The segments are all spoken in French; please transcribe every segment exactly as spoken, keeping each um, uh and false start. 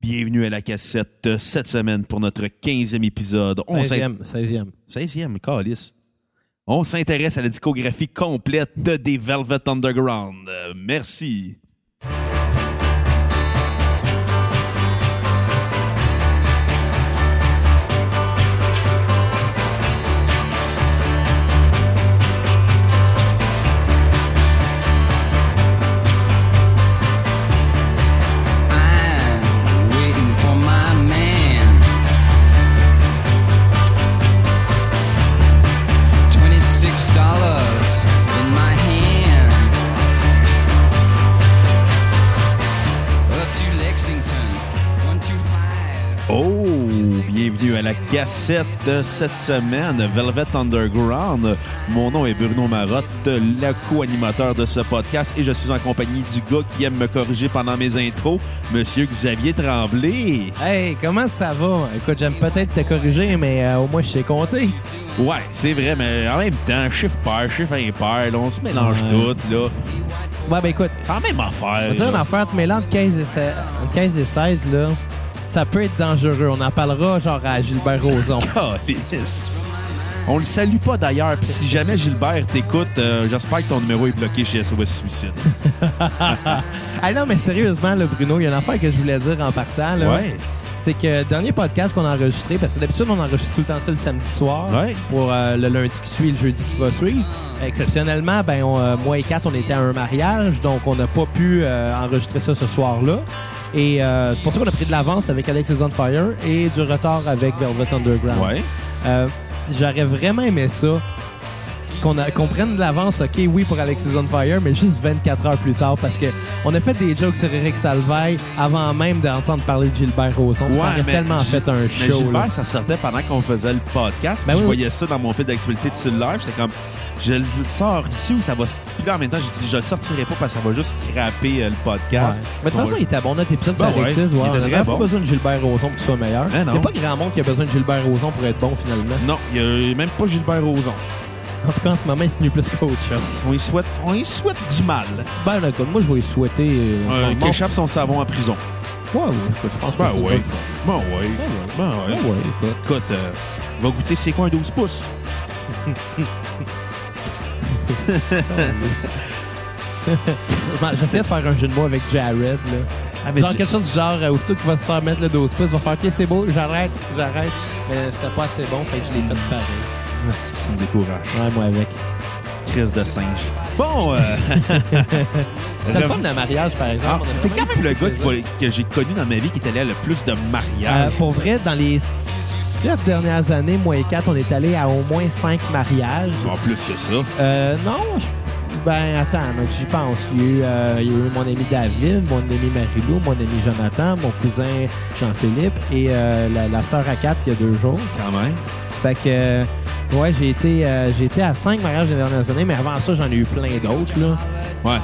Bienvenue à la cassette cette semaine pour notre quinzième épisode. seizième, seizième. seizième, calice. On s'intéresse à la discographie complète de The Velvet Underground. Euh, merci. Oh, bienvenue à la cassette de cette semaine, Velvet Underground. Mon nom est Bruno Marotte, le co-animateur de ce podcast, et je suis en compagnie du gars qui aime me corriger pendant mes intros, Monsieur Xavier Tremblay. Hey, comment ça va? Écoute, j'aime peut-être te corriger, mais euh, au moins je sais compter. Ouais, c'est vrai, mais en même temps, chiffre pair, chiffre impair, là, on se mélange ouais. tout, là. Ouais, ben écoute, c'est la même affaire. On va dire une affaire, mais là, entre quinze et seize, là, ça peut être dangereux. On en parlera genre à Gilbert Rozon. On le salue pas d'ailleurs. Puis si jamais Gilbert t'écoute, euh, j'espère que ton numéro est bloqué chez S O S Suicide. Ah non, mais sérieusement, là, Bruno, il y a une affaire que je voulais dire en partant. Là. Ouais. C'est que le dernier podcast qu'on a enregistré, parce que d'habitude, on enregistre tout le temps ça le samedi soir ouais. pour euh, le lundi qui suit et le jeudi qui va suivre. Exceptionnellement, ben, on, euh, moi et Kat, on était à un mariage, donc on n'a pas pu euh, enregistrer ça ce soir-là. Et euh, c'est pour ça qu'on a pris de l'avance avec Alex is on Fire et du retard avec Velvet Underground. Ouais. Euh, j'aurais vraiment aimé ça. Qu'on, a, qu'on prenne de l'avance, OK, oui, pour Alex is on Fire, mais juste vingt-quatre heures plus tard, parce que on a fait des jokes sur Eric Salvaille avant même d'entendre parler de Gilbert Rozon. Ouais, ça aurait tellement G- fait un mais show. Gilbert, là. ça sortait pendant qu'on faisait le podcast. Ben Puis oui, je oui. voyais ça dans mon fil d'actualité de cellulaire. J'étais comme, je le sors ici ou ça va... Puis là, en même temps, j'ai dit, je le sortirai pas parce que ça va juste scraper euh, le podcast. Ouais. Mais de toute façon, va... il était bon, notre épisode ben sur Alexis. ouais, Ouais, il on était n'avait très pas bon. besoin de Gilbert Rozon pour qu'il soit meilleur. Ben Il non. n'y a pas grand monde qui a besoin de Gilbert Rozon pour être bon, finalement. Non, il n'y a même pas Gilbert Rozon. En tout cas, en ce moment, il se nuit plus qu'autre chose. On y souhaite, on y souhaite du mal. Ben, là, écoute, moi, je vais y souhaiter... Euh, euh, qu'il échappe son savon en prison. Ouais, ouais, écoute, je pense Ben pas que c'est ouais. une bonne Ben ouais. Ben ouais. Ben ouais, écoute. Écoute, euh, va goûter c'est quoi un douze pouces. J'essayais de faire un jeu de mots avec Jared, là. Ah, mais genre J- quelque chose du genre, euh, aussitôt qu'il va se faire mettre le douze pouces, il va faire « OK, c'est beau, j'arrête, j'arrête. » Mais c'est pas assez bon, fait que je l'ai fait pareil. Ah, c'est que tu me décourages. Ouais, moi avec. Crise de singe. Bon, euh... T'as le fun de mariage, par exemple. Ah, On a t'es vraiment quand même le eu gars plaisir. qui va- que j'ai connu dans ma vie qui est allé à le plus de Euh, mariages. pour vrai, dans les sept dernières années, moi et Kat, on est allés à au moins cinq mariages. En plus que ça. Euh, non, je- ben attends, mais j'y pense. Il y, a eu, euh, il y a eu mon ami David, mon ami Marie-Lou, mon ami Jonathan, mon cousin Jean-Philippe et euh, la, la sœur à Kat il y a deux jours. Quand même. Fait que, euh, ouais, j'ai été, euh, j'ai été à cinq mariages les dernières années, mais avant ça, j'en ai eu plein d'autres, là. Ouais.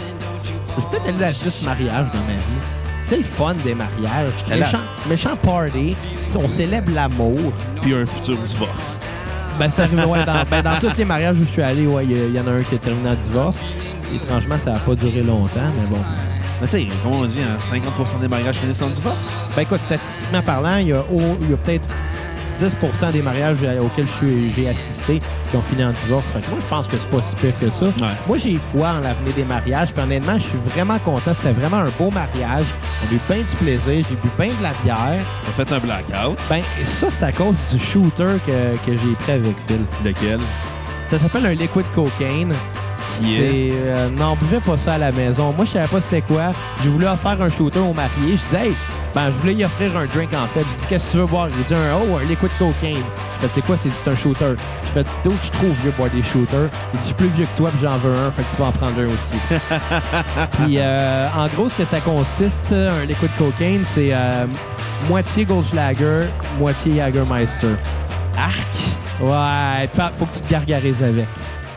Je suis peut-être allé à dix mariages dans ma vie. C'est le fun des mariages. Elle a- Méchant, méchant party. On célèbre l'amour. Puis un futur divorce. Ben, c'est arrivé, ouais, dans, ben, dans tous les mariages où je suis allé, ouais, il y, y en a un qui a terminé en divorce. Étrangement, ça n'a pas duré longtemps, mais bon. Mais tu sais, comme on dit, hein, cinquante pour cent des mariages finissent en divorce. Ben, écoute, statistiquement parlant, il y a, au- il y a peut-être dix pour cent des mariages auxquels je suis- j'ai assisté qui ont fini en divorce. Fait que moi, je pense que c'est pas si pire que ça. Ouais. Moi, j'ai foi en l'avenir des mariages. Puis honnêtement, je suis vraiment content. C'était vraiment un beau mariage. On a eu bien du plaisir. J'ai bu bien de la bière. On a fait un blackout. Ben, ça, c'est à cause du shooter que, que j'ai pris avec Phil. Lequel? Ça s'appelle un liquid cocaine. Yeah. C'est, euh, non, on buvait pas ça à la maison. Moi, je savais pas c'était quoi. J'ai voulu offrir un shooter au marié. Je disais, hey, ben, je voulais y offrir un drink en fait. Je dis, qu'est-ce que tu veux boire? Il dit, un, oh, un liquid cocaine. Je fait, c'est quoi? C'est dit, c'est un shooter. Je fais, d'où je trouve vieux boire des shooters? Il dit, je suis plus vieux que toi, puis j'en veux un. Fait que tu vas en prendre un aussi. Puis, euh, en gros, ce que ça consiste, un liquid cocaine, c'est euh, moitié Goldschlager, moitié Jägermeister. Arc. Ouais, puis faut que tu te gargarises avec.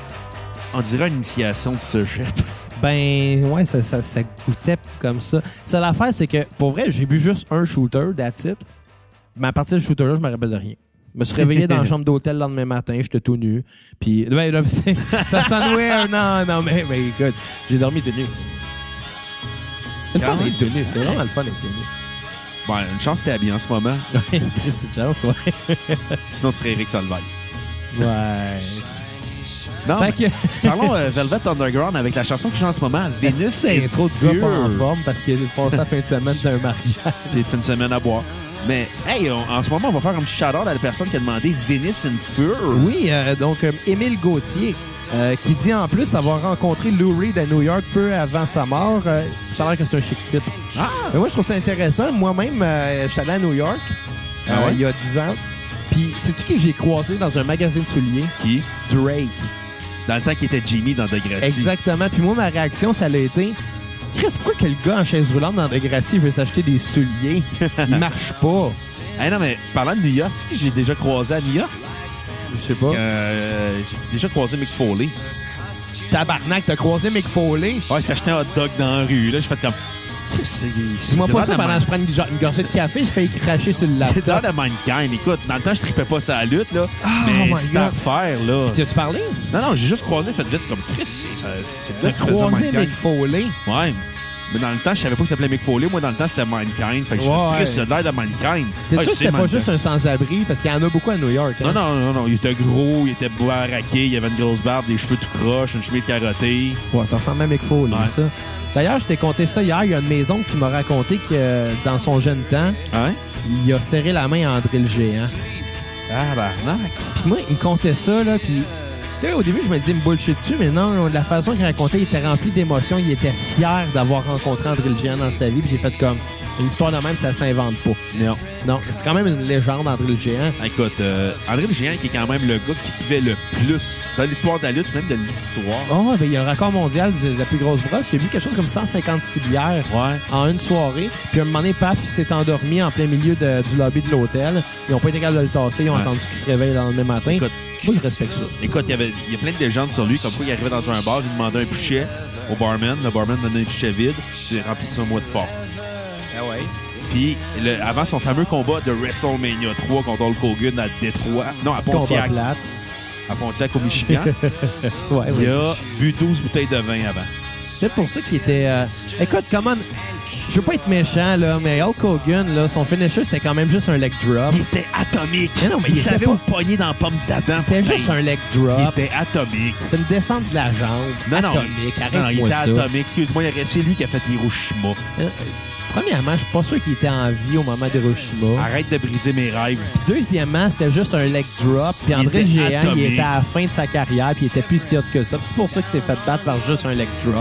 On dirait une initiation de cégep. Ben, ouais, ça, ça, ça goûtait comme ça. Ça, l'affaire, c'est que, pour vrai, j'ai bu juste un shooter, that's it. Mais à partir du shooter-là, je me rappelle de rien. Je me suis réveillé dans la chambre d'hôtel le lendemain matin, j'étais tout nu. Puis, ben, là, c'est- ça s'ennuie. Non, non, mais, mais écoute, j'ai dormi tout nu. C'est le fun Quand même. d'être tout nu. C'est vraiment le fun d'être tout nu. Ouais, une chance que t'es habillé en ce moment. Une petite chance, ouais. Sinon, tu serais Eric Solveig. Ouais. Non, Fait mais, que- parlons euh, Velvet Underground avec la chanson qui joue en ce moment, Vénus c'est et intro de gars pas en forme parce qu'il est passé la fin de semaine d'un mariage. Puis fin de semaine à boire. Mais, hey, on- en ce moment, on va faire un petit shout-out à la personne qui a demandé Venice in Fur. Oui, euh, donc euh, Émile Gauthier, euh, qui dit en plus avoir rencontré Lou Reed à New York peu avant sa mort. Euh, ça a l'air que c'est un chic type. Ah! Mais moi, je trouve ça intéressant. Moi-même, euh, j'étais allé à New York euh, Ah ouais? il y a dix ans. Puis, sais-tu qui j'ai croisé dans un magasin de souliers? Qui? Drake. Dans le temps qu'il était Jimmy dans Degrassi. Exactement. Puis moi, ma réaction, ça a été... Chris, pourquoi que le gars en chaise roulante dans Degrassi veut s'acheter des souliers? Il marche pas. Hey, non, mais parlant de New York, tu sais qui j'ai déjà croisé à New York? Je sais pas. Euh, j'ai déjà croisé Mick Foley. Tabarnak, t'as croisé Mick Foley? Ouais, il s'achetait un hot dog dans la rue. Là, je fais comme... Qu'est-ce que c'est? Dis-moi pas ça pendant que que je prends une, genre, une gorgée de café, je fais cracher sur le C'est dans laptop. de Mankind. Écoute, dans le temps, je tripais pas sa lutte, là. Oh mais my cette God. affaire, là... Tu as-tu parlé? Non, non, j'ai juste croisé, fait vite, comme Chris, c'est ça- c'est le T'as gars qui faisait croisé Mankind. Mick Foley? Ouais. Mais dans le temps, je savais pas qu'il s'appelait Mick Foley. Moi, dans le temps, c'était Mankind. Fait que je Ouais, fais ouais. Chris, il a de l'air de Mankind. T'es Ah, sûr que c'est c'était pas Mankind. juste un sans-abri? Parce qu'il y en a beaucoup à New York. Hein? Non, non, non, non. Il était gros, il était baraqué, il avait une grosse barbe, des cheveux tout croches, une chemise carottée. Ouais, ça ressemble à Mick Foley, Ouais. ça. D'ailleurs, je t'ai conté ça hier. Il y a une maison qui m'a raconté que euh, dans son jeune temps, Hein? il a serré la main à André le Géant. Ah, barnac. Puis moi, il me contait ça, là, puis... Tu sais, au début, je me disais, il me bullshit dessus, mais non, de la façon qu'il racontait, il était rempli d'émotions. Il était fier d'avoir rencontré André le Géant dans sa vie. Puis j'ai fait comme... Une histoire de même, ça s'invente pas. Non. Non, c'est quand même une légende, André le Géant. Écoute, euh, André le Géant, qui est quand même le gars qui pouvait le plus dans l'histoire de la lutte, même de l'histoire. Oh, ben il y a le record mondial de la plus grosse brosse. Il a bu quelque chose comme cent cinquante-six bières Ouais. en une soirée. Puis à un moment donné, paf, il s'est endormi en plein milieu de- du lobby de l'hôtel. Ils n'ont pas été capables de le tasser. Ils ont Ouais. attendu qu'il se réveille le lendemain matin. Écoute, Moi, je respecte ça. Écoute, il y, avait, il y a plein de légendes sur lui, comme quoi il arrivait dans un bar, il demandait un pichet au barman. Le barman donnait un pichet vide. Il remplissait un mois de fort. Ah ouais? Puis, le- avant son fameux combat de WrestleMania trois contre Hulk Hogan à Détroit, non, à Pontiac, Combat plate. à Pontiac au Michigan, Ouais, il ouais. a bu douze bouteilles de vin avant. C'est peut-être pour ça qu'il était... euh, Écoute, comment... Je veux pas être méchant, là, mais Hulk Hogan, là, son finisher, c'était quand même juste un leg drop. Il était atomique. Mais non, mais il il était savait pas- où pogner dans la pomme d'Adam. C'était juste un leg drop. Il était atomique. C'était une descente de la jambe. Non, non, Atomique, il- non, non, il arrête-moi était ça. atomique. Excuse-moi, il y a- c'est lui qui a fait Hiroshima. Euh, Premièrement, je suis pas sûr qu'il était en vie au moment d'Hiroshima. Arrête de briser mes rêves. Deuxièmement, c'était juste un leg drop. Puis André le était Géant, il atomique. était à la fin de sa carrière, puis il était plus si hot que ça. Puis c'est pour ça qu'il s'est fait battre par juste un leg drop.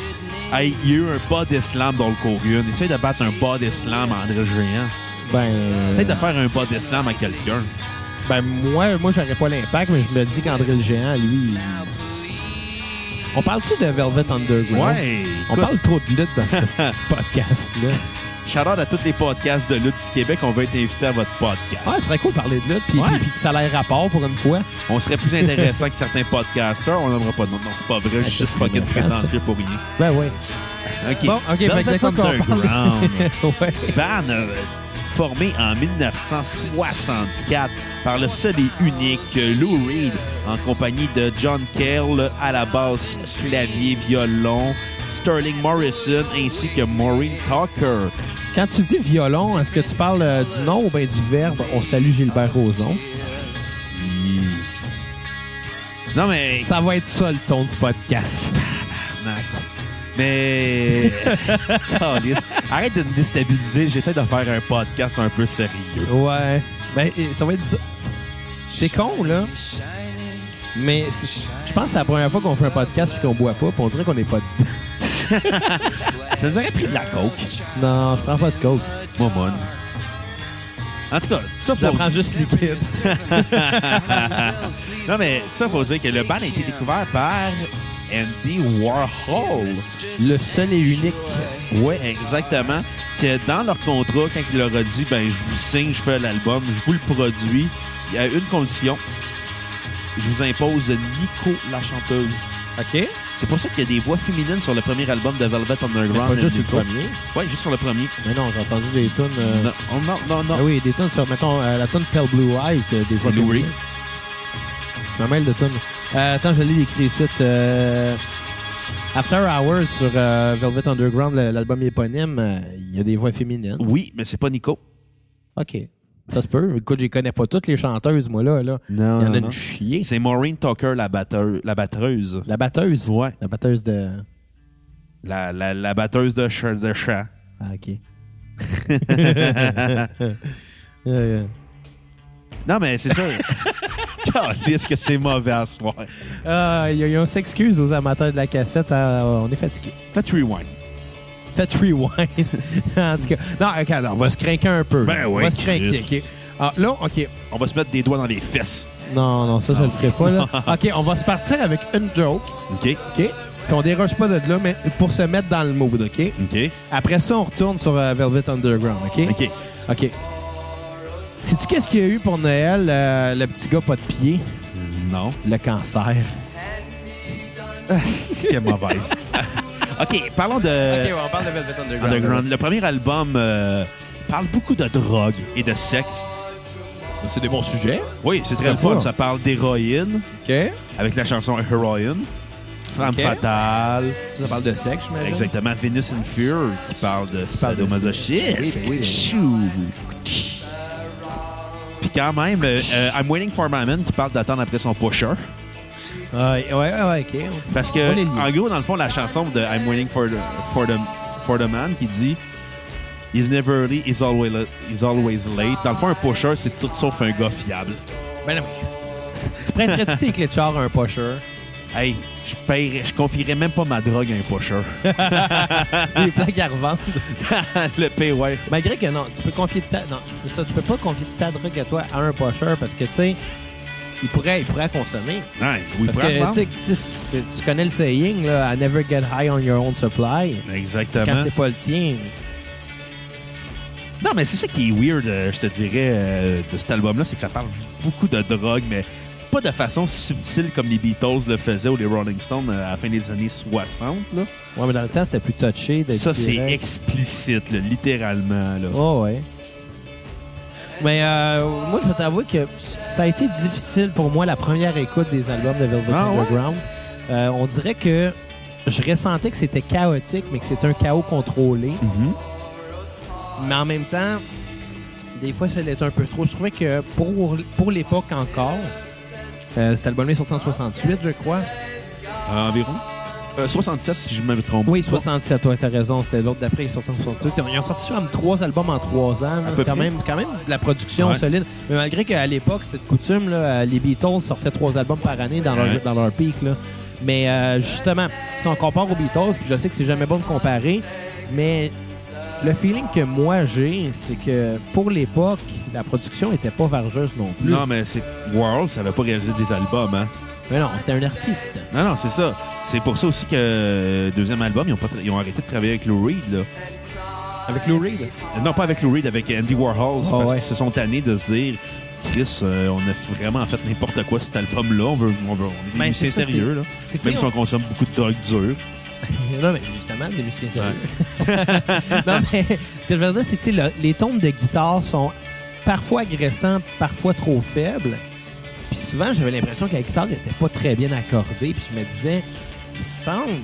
Hey, il y a eu un body slam dans le Hogan. Essaye de battre un body slam à André Géant. Ben, Essaye de faire un body slam à quelqu'un. ben moi, moi j'aurais pas l'impact, mais je me dis qu'André le Géant, lui... il- On parle-tu de Velvet Underground? Ouais. On écoute, parle trop de lutte dans ce podcast-là. shout-out à tous les podcasts de lutte du Québec. On va être invités à votre podcast. Ah, ce serait cool de parler de lutte, puis Ouais. puis- puis que ça a l'air rapport pour une fois. On serait plus intéressant que certains podcasters. On n'aimerait pas. Non, non, c'est pas vrai. Je suis ça, juste c'est fucking méchant, prétentieux pour rien. Ben oui. OK. Bon, OK, fait que Velvet de quoi qu'on parle? Underground. ouais. Band euh, formé en dix-neuf cent soixante-quatre par le seul et unique Lou Reed en compagnie de John Cale à la basse, clavier, violon, Sterling Morrison ainsi que Maureen Tucker. Quand tu dis violon, est-ce que tu parles euh, du nom ou bien du verbe « On salue Gilbert Rozon » ? Non, mais... Ça va être ça le ton du podcast. Tabarnak. Mais... Calisse. Arrête de me déstabiliser. J'essaie de faire un podcast un peu sérieux. Ouais. Ben, et ça va être bizarre. C'est con, là. Mais c'est- je pense que c'est la première fois qu'on fait un podcast et qu'on boit pas, puis on dirait qu'on n'est pas dedans. Ça nous aurait pris de la coke. Non, je prends pas de coke. Moi, mon. En tout cas, ça Je la pour prends juste liquide. Non, mais ça pour dire que le band a été découvert par Andy Warhol. Le seul et unique. Oui, exactement. Que dans leur contrat, quand il leur a dit, ben, je vous signe, je fais l'album, je vous le produis, il y a une condition. Je vous impose Nico, la chanteuse. OK. C'est pour ça qu'il y a des voix féminines sur le premier album de Velvet Mais Underground. pas juste le Nico. premier. Oui, juste sur le premier. Mais non, j'ai entendu des tunes... euh, Non, oh, non, non, non. Ah oui, des tunes sur, mettons, euh, la tune Pale Blue Eyes, euh, des voix Lou féminines. Reed. Je me mêle de tunes. Euh, attends, je lis écrit ici. Euh, After Hours sur euh, Velvet Underground, l'album éponyme, il euh, y a des voix féminines. Oui, mais c'est pas Nico. OK. Ça se peut. Écoute, je les connais pas toutes les chanteuses, moi, là. là. Non, il y en a non. une chier. C'est Maureen Tucker, la, batteur, la batteuse. La batteuse? Ouais. La batteuse de... La, la, la batteuse de, ch de chant. Ah, OK. yeah, yeah. Non, mais c'est ça. Calisse que c'est mauvais à soir. Euh, y a, on s'excuse aux amateurs de la cassette. Euh, on est fatigués. Faites rewind. Faites rewind. En tout cas, non, OK, alors, on va se craquer un peu. Ben on oui, va se craquer, OK. Ah, là, OK. On va se mettre des doigts dans les fesses. Non, non, ça, je le ferai pas, là. OK, on va se partir avec une joke. OK. OK? Puis on déroge pas de là, mais pour se mettre dans le mood, OK? OK. Après ça, on retourne sur euh, Velvet Underground, OK? OK. OK. Sais-tu qu'est-ce qu'il y a eu pour Noël, euh, le petit gars pas de pied? Non. Le cancer. C'est mauvaise. OK, parlons de... OK, on parle de Velvet Underground. Underground. Le premier album euh, parle beaucoup de drogue et de sexe. C'est des bons sujets. Oui, c'est très le fun. Ça parle d'héroïne, OK. avec la chanson Heroine. Femme OK. fatale. Ça parle de sexe, je m'imagine. Exactement. Venus in Fear, qui parle de parle de sadomasochisme. sexe. Oui, oui, oui. Chou. Puis quand même, euh, euh, I'm Waiting for My Man, qui parle d'attendre après son pusher. Ah, ouais, ouais, ouais, OK. Parce On que, va les lier. en gros, dans le fond, la chanson de I'm Waiting for the, for the, for the Man, qui dit He's never early, he's always, he's always late. Dans le fond, un pusher, c'est tout sauf un gars fiable. Ben non, mais... Tu prêterais-tu tes clés de char à un pusher? Hey, je paierais, je confierais même pas ma drogue à un pusher. Des plaques à revendre. Le P, ouais. Malgré que non, tu peux confier ta... Non, c'est ça, tu peux pas confier ta drogue à toi à un pusher parce que, tu sais, il pourrait, il pourrait consommer. Ouais, oui, Parce que, tu sais, tu sais, tu connais le saying, là, I never get high on your own supply. Exactement. Quand c'est pas le tien. Non, mais c'est ça qui est weird, euh, je te dirais, euh, de cet album-là, c'est que ça parle beaucoup de drogue, mais pas de façon subtile comme les Beatles le faisaient ou les Rolling Stones euh, à la fin des années soixante. Là. Ouais, mais dans le temps, c'était plus touché. d'être Ça, c'est direct. explicite, là, littéralement. Là. Oh, ouais. Mais euh, moi, je vais t'avouer que ça a été difficile pour moi la première écoute des albums de Velvet Ah, Underground. Ouais? Euh, on dirait que je ressentais que c'était chaotique, mais que c'était un chaos contrôlé. Mm-hmm. Mais en même temps, des fois, ça l'était un peu trop. Je trouvais que pour, pour l'époque encore, euh, cet album-là est sorti en soixante-huit, je crois. Euh, environ. Euh, soixante-sept, si je me trompe. Oui, pas. soixante-sept, ouais, t'as raison. C'était l'autre d'après, il est sorti en soixante-huit. Ils ont sorti comme trois albums en trois ans. là. À peu C'est quand près. même, quand même de la production Ouais. solide. Mais malgré qu'à l'époque, c'était de coutume, là, les Beatles sortaient trois albums par année dans, Ouais. leur, dans leur pic. Là. Mais euh, justement, si on compare aux Beatles, puis je sais que c'est jamais bon de comparer, mais le feeling que moi j'ai, c'est que pour l'époque, la production était pas vargeuse non plus. Non, mais c'est World, ça avait pas réalisé des albums, hein? Mais non, c'était un artiste. Non, non, c'est ça. C'est pour ça aussi que euh, deuxième album, ils ont, pas tra- ils ont arrêté de travailler avec Lou Reed, là. Avec Lou Reed? Euh, Non, pas avec Lou Reed, avec Andy Warhol, Oh, parce ouais. qu'ils se sont tannés de se dire Chris, euh, on a vraiment fait n'importe quoi cet album-là. On veut, on veut, on est des Ben, musiciens c'est ça, sérieux, là. C'est que, Même tu si sais, on consomme beaucoup de drogue dure. non, mais justement, des musiciens sérieux. Non, mais ce que je veux dire, c'est que tu sais, le- les tombes de guitare sont parfois agressants, parfois trop faibles. Puis souvent, j'avais l'impression que la guitare n'était pas très bien accordée. Puis je me disais, il me semble,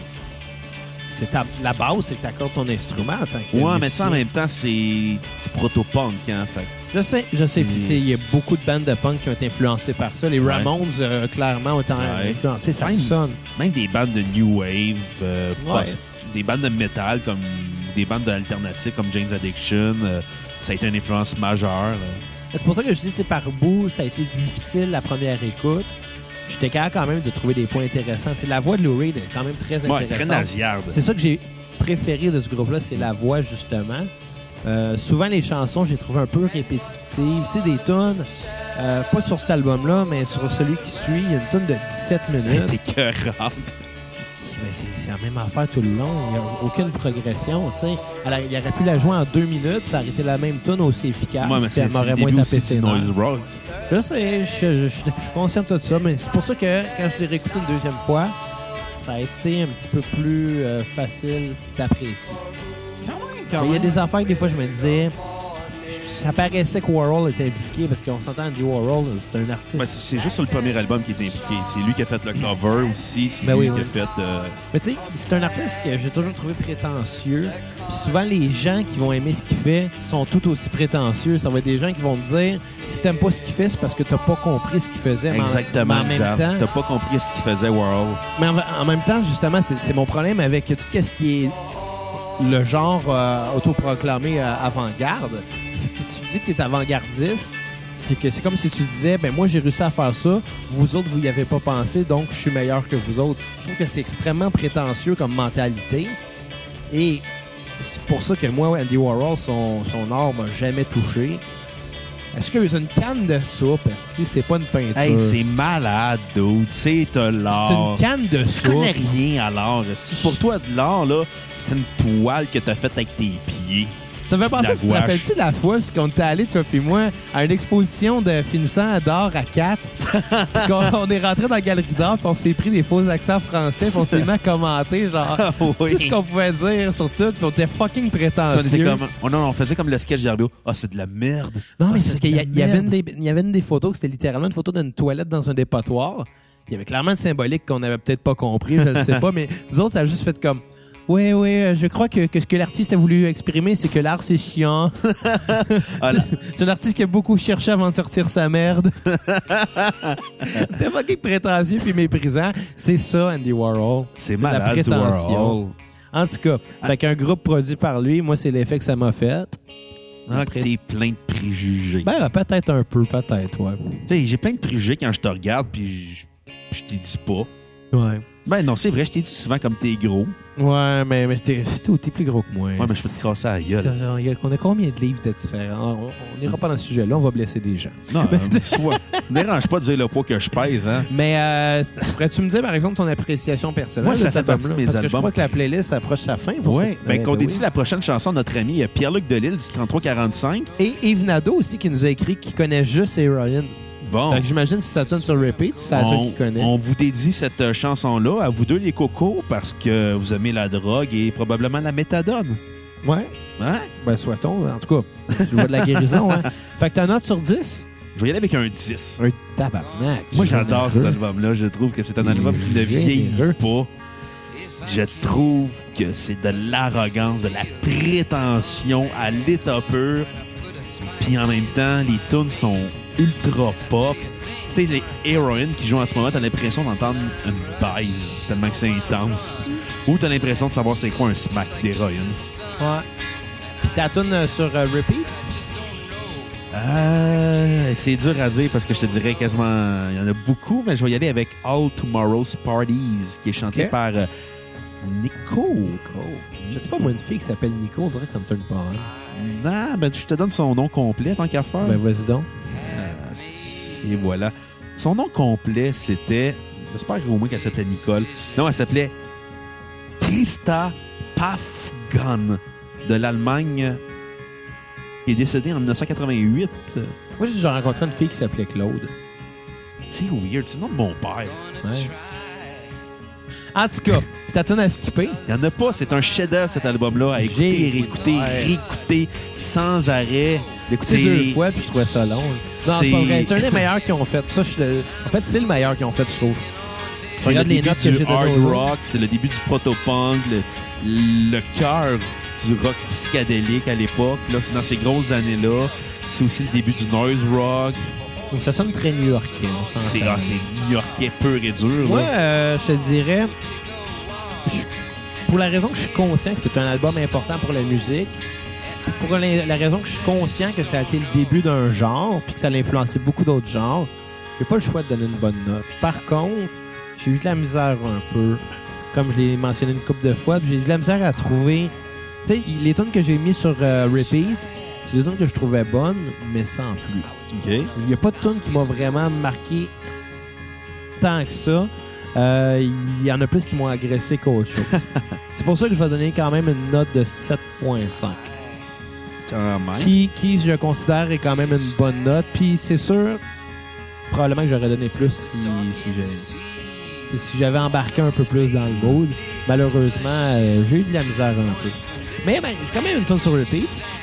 c'est ta- la base, c'est que tu accordes ton instrument en tant que Ouais, mais musicien. ça, en même temps, c'est du proto-punk, hein. Fait. Je sais, je sais. Puis Et- tu sais, il y a beaucoup de bandes de punk qui ont été influencées par ça. Les Ouais. Ramones, euh, clairement, ont été Ouais. influencés. Ça Même- sonne. Même des bandes de New Wave, euh, Ouais. post- des bandes de métal, comme des bandes alternatives comme Jane's Addiction, euh, ça a été une influence majeure. là. C'est pour ça que je dis, c'est par bout, ça a été difficile la première écoute. J'étais capable quand même de trouver des points intéressants. Tu sais, la voix de Lou Reed est quand même très Ouais, intéressante. très nasillarde. C'est ça que j'ai préféré de ce groupe-là, c'est la voix, justement. Euh, souvent, les chansons, j'ai trouvé un peu répétitives. Tu sais, des tunes, euh, pas sur cet album-là, mais sur celui qui suit, il y a une tune de dix-sept minutes. T'es écœurante. Mais c'est c'est la même affaire tout le long. Il n'y a aucune progression, tu sais. Alors, il aurait pu la jouer en deux minutes, ça aurait été la même tune aussi efficace. Ouais, mais puis c'est elle c'est m'aurait le moins début tapé aussi ses du nerfs. noise rock. Je sais, je, je- je- je suis conscient de tout ça, mais c'est pour ça que quand je l'ai réécouté une deuxième fois, ça a été un petit peu plus euh, facile d'apprécier. Mais il y a des affaires que des fois je me disais, ça paraissait que Warhol était impliqué parce qu'on s'entend Andy Warhol, c'est un artiste. Ben, c'est juste sur le premier album qui est impliqué. C'est lui qui a fait le cover aussi. C'est ben lui oui, qui oui. a fait... Euh... Mais tu sais, c'est un artiste que j'ai toujours trouvé prétentieux. Puis souvent, les gens qui vont aimer ce qu'il fait sont tout aussi prétentieux. Ça va être des gens qui vont te dire, si t'aimes pas ce qu'il fait, c'est parce que t'as pas compris ce qu'il faisait. Mais Exactement, en, mais en exact. même temps... T'as pas compris ce qu'il faisait, Warhol. Mais en, en même temps, justement, c'est, c'est mon problème avec tout ce qui est le genre euh, autoproclamé euh, avant-garde. Si tu dis que tu es avant-gardiste, c'est que c'est comme si tu disais, ben moi j'ai réussi à faire ça, vous autres vous y avez pas pensé, donc je suis meilleur que vous autres. Je trouve que c'est extrêmement prétentieux comme mentalité. Et c'est pour ça que moi, Andy Warhol, son, son art m'a jamais touché. Est-ce que c'est une canne de soupe? Est-ce que c'est pas une peinture? Hey, c'est malade, dude. C'est de l'art. C'est une canne de Tu soupe. connais rien à l'art. Si pour toi, de l'art, là, c'est une toile que t'as faite avec tes pieds. Ça me fait penser, La tu te gouache. rappelles-tu la fois qu'on était allé, toi puis moi, à une exposition de finissant d'art à quatre, puis qu'on on est rentré dans la galerie d'art, puis on s'est pris des faux accents français, puis on s'est mis à commenter, genre, Oui. tout ce qu'on pouvait dire sur tout, puis on était fucking On était prétentieux. comme... oh non, on faisait comme le sketch d'Herbio. Ah, c'est de la merde. Non, mais Ah, c'est parce de qu'il y, la a- il y avait une merde. des, il y avait une des photos, que c'était littéralement une photo d'une toilette dans un dépotoir. Il y avait clairement une symbolique qu'on n'avait peut-être pas compris, je ne sais pas, mais nous autres, ça a juste fait comme... Oui, oui, je crois que, que ce que l'artiste a voulu exprimer, c'est que l'art, c'est chiant. Ah, là. C'est un artiste qui a beaucoup cherché avant de sortir sa merde. T'es fucking prétentieux puis méprisant. C'est ça, Andy Warhol. C'est de la malade, du prétention. Warhol. En tout cas, fait qu'un groupe produit par lui, moi, c'est l'effet que ça m'a fait. Ah, Après- t'es plein de préjugés. Ben, peut-être un peu, peut-être, ouais. Tu sais, j'ai plein de préjugés quand je te regarde, puis je, je t'y dis pas. Ouais. Ben non, c'est vrai, je t'ai dit souvent comme t'es gros. Ouais, mais, mais t'es, t'es, t'es plus gros que moi. Ouais, mais je peux te casser à la gueule. Il y a- On a combien de livres de différents? On- On n'ira pas dans ce sujet-là, on va blesser des gens. Non, euh, soit. Ne dérange pas de dire le poids que je pèse, hein. Mais euh, pourrais-tu me dire, par exemple, ton appréciation personnelle Moi, ça de cet fait partie album-là? de mes Parce que je albums. crois que la playlist approche sa fin. Pour Ouais. cette- Ben, euh, qu'on ben dédie oui. la prochaine chanson à notre ami Pierre-Luc Delisle du trente-trois quarante-cinq. Et Yves Nadeau aussi, qui nous a écrit qu'il connaît juste Heroin. Bon. Fait que j'imagine si ça tourne sur repeat, c'est la seule On, qu'il connaît. on vous dédie cette euh, chanson-là à vous deux, les cocos, parce que vous aimez la drogue et probablement la méthadone. Ouais. Hein? Ben, soit-on. En tout cas, tu vois de la guérison. Hein. Fait que ta note sur dix? Je vais y aller avec un dix. Un tabarnak. Moi, j'adore cet Généreux. album-là. Je trouve que c'est un album qui ne vieillit Généreux. pas. Je trouve que c'est de l'arrogance, de la prétention à l'état pur. Puis en même temps, les tunes sont ultra pop. Tu sais, les Heroin qui jouent en ce moment, t'as l'impression d'entendre une baise tellement que c'est intense. Ou t'as l'impression de savoir c'est quoi un smack d'héroïne. Ouais. Puis ta tune euh, sur euh, repeat? Euh, c'est dur à dire parce que je te dirais quasiment... Il y en a beaucoup, mais je vais y aller avec All Tomorrow's Parties, qui est chanté Ok. par euh, Nico. Nico. Je sais pas, moi, une fille qui s'appelle Nico, on dirait que ça me tourne pas. Hein? Non, ben je te donne son nom complet, tant qu'à faire. Ben, vas-y donc. Et voilà. Son nom complet, c'était... J'espère au moins qu'elle s'appelait Nicole. Non, elle s'appelait Christa Pafgan, de l'Allemagne, qui est décédée en dix-neuf cent quatre-vingt-huit. Moi, j'ai déjà rencontré une fille qui s'appelait Claude. C'est weird, c'est le nom de mon père. Ouais. En tout cas, puis ta tune à skipper? Il n'y en a pas, c'est un chef-d'œuvre cet album-là, à écouter, J'ai- réécouter, ouais. réécouter sans arrêt. J'ai écouté C'est- deux fois, puis je trouvais ça long. Non, c'est C'est- pas vrai. C'est un des meilleurs qu'ils ont fait. Ça, je... le- En fait, c'est le meilleur qu'ils ont fait, je trouve. C'est le Regarde les début notes que du j'ai données hard aux autres. rock, c'est le début du proto-punk, le, le cœur du rock psychédélique à l'époque. Là, c'est dans ces grosses années-là. C'est aussi le début du noise rock. Donc, ça sonne très new-yorkais. On s'entend. C'est ah, c'est new-yorkais pur et dur. Moi, là. euh, je te dirais, je- pour la raison que je suis conscient que c'est un album important pour la musique, pour la, la raison que je suis conscient que ça a été le début d'un genre, puis que ça a influencé beaucoup d'autres genres, j'ai pas le choix de donner une bonne note. Par contre, j'ai eu de la misère un peu, comme je l'ai mentionné une couple de fois, puis j'ai eu de la misère à trouver... Tu sais, les tunes que j'ai mis sur euh, repeat, c'est des tunes que je trouvais bonnes, mais sans plus. OK. Il n'y a pas de tune qui m'a vraiment marqué tant que ça. Euh, Il y en a plus qui m'ont agressé qu'autre chose. C'est pour ça que je vais donner quand même une note de sept virgule cinq. Quand même. Qui, qui, je considère, est quand même une bonne note. Puis c'est sûr, probablement que j'aurais donné plus si, si j'ai- si j'avais embarqué un peu plus dans le mood. Malheureusement, euh, j'ai eu de la misère un peu. Mais ben, j'ai quand même une tune sur repeat.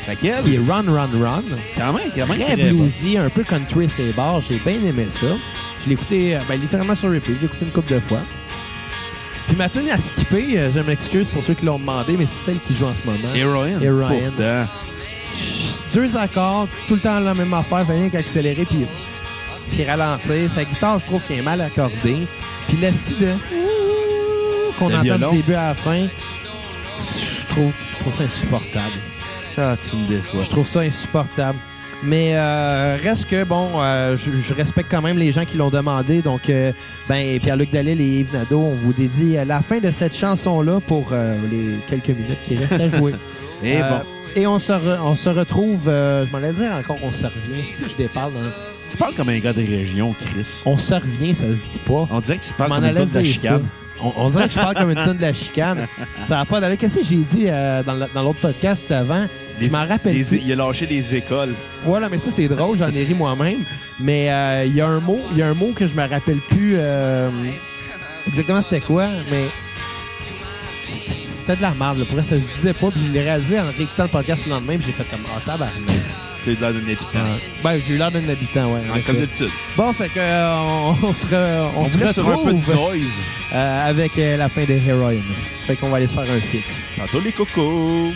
Laquelle? qui est Run, Run, Run. Quand même, quand même. Très très bluesy, un peu country, c'est bars. J'ai bien aimé ça. Je l'ai écouté euh, ben, littéralement sur repeat. Je l'ai écouté une couple de fois. Puis ma tune à skipper, euh, je m'excuse pour ceux qui l'ont demandé, mais c'est celle qui joue en ce moment. Héroïne. Héroïne. Pourtant. Deux accords, tout le temps la même affaire, fait rien qu'accélérer puis, puis ralentir. Sa guitare, je trouve qu'elle est mal accordée. Puis le style de ouh qu'on Le entend violon. du début à la fin, je trouve, je trouve ça insupportable. Ah, tu me déçois. Je trouve ça insupportable. Mais euh, reste que, bon, euh, je, je respecte quand même les gens qui l'ont demandé. Donc, euh, ben, Pierre-Luc Dalil et Yves Nadeau, on vous dédie la fin de cette chanson-là pour euh, les quelques minutes qui restent à jouer. Et Euh, bon. Et on se, re- on se retrouve, euh, je m'en allais dire encore, on se revient. Si je déparle, hein? Tu parles comme un gars de région, Chris. On se revient, ça se dit pas. On dirait que tu Je parles m'en comme une allais tonne de la dire chicane. ça. On, on dirait que je parle comme une tonne de la chicane. Ça va pas d'aller. Qu'est-ce que j'ai dit euh, dans le- dans l'autre podcast d'avant? Je Les- m'en rappelle les- plus. Il a lâché les écoles. Voilà, mais ça, c'est drôle, j'en ai ri moi-même. Mais euh, il y a un mot, il y a un mot que je me rappelle plus euh, exactement c'était quoi, mais c'était c'était de la merde. Là. Pour vrai, ça se disait pas, puis je l'ai réalisé en réécoutant le podcast le lendemain, puis j'ai fait comme « Ah, tabarnak! C'est de l'air d'un habitant. Ah. » Ben, j'ai eu l'air d'un habitant, ouais. en En effet. comme d'habitude. Bon, fait que euh, on, on se, re- on On se voulait sur un peu de retrouve noise. euh, avec euh, la fin des Heroines. Fait qu'on va aller se faire un fixe. Tantôt les cocos.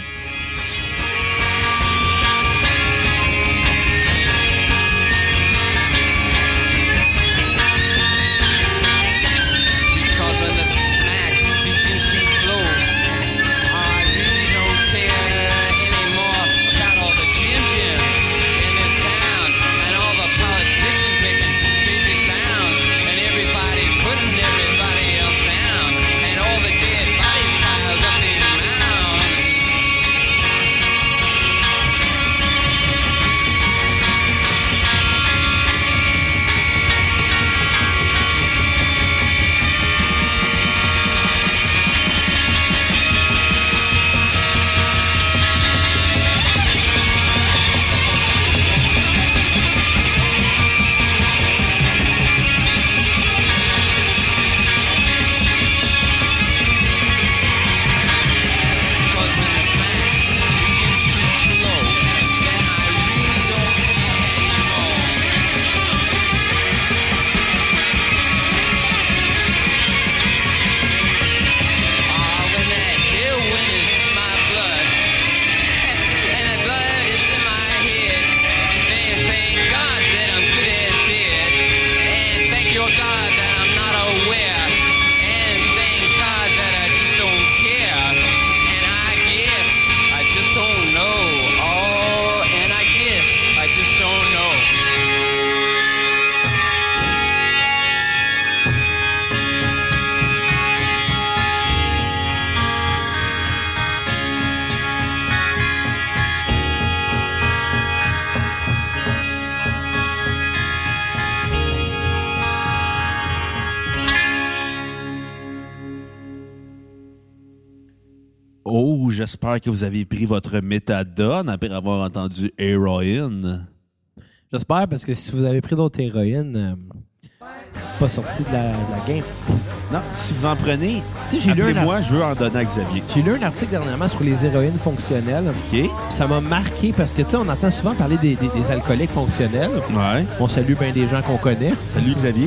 Because when the smack begins to flow, I really don't care anymore about all the Jim Jims in this town and all the politicians making crazy sounds and everybody putting everybody else down and all the dead bodies piled up in mounds. Because when the smack begins to flow, then I really don't care anymore. Ah, when that heroin is in my blood, and that blood is in my head, then thank God that I'm good as dead, and thank your God that I'm not aware, and thank God that I just don't care, and I guess I just don't know. Oh, and I guess I just don't know. Oh, j'espère que vous avez pris votre méthadone après avoir entendu Héroïne. J'espère, parce que si vous avez pris d'autres héroïnes, euh, pas sorti de la, de la game. Non, si vous en prenez, Tu sais, j'ai lu un appelez-moi, article- je veux en donner à Xavier. J'ai lu un article dernièrement sur les héroïnes fonctionnelles. OK? Puis ça m'a marqué parce que, tu sais, on entend souvent parler des, des- des alcooliques fonctionnels. Ouais. On salue bien des gens qu'on connaît. Salut, Xavier.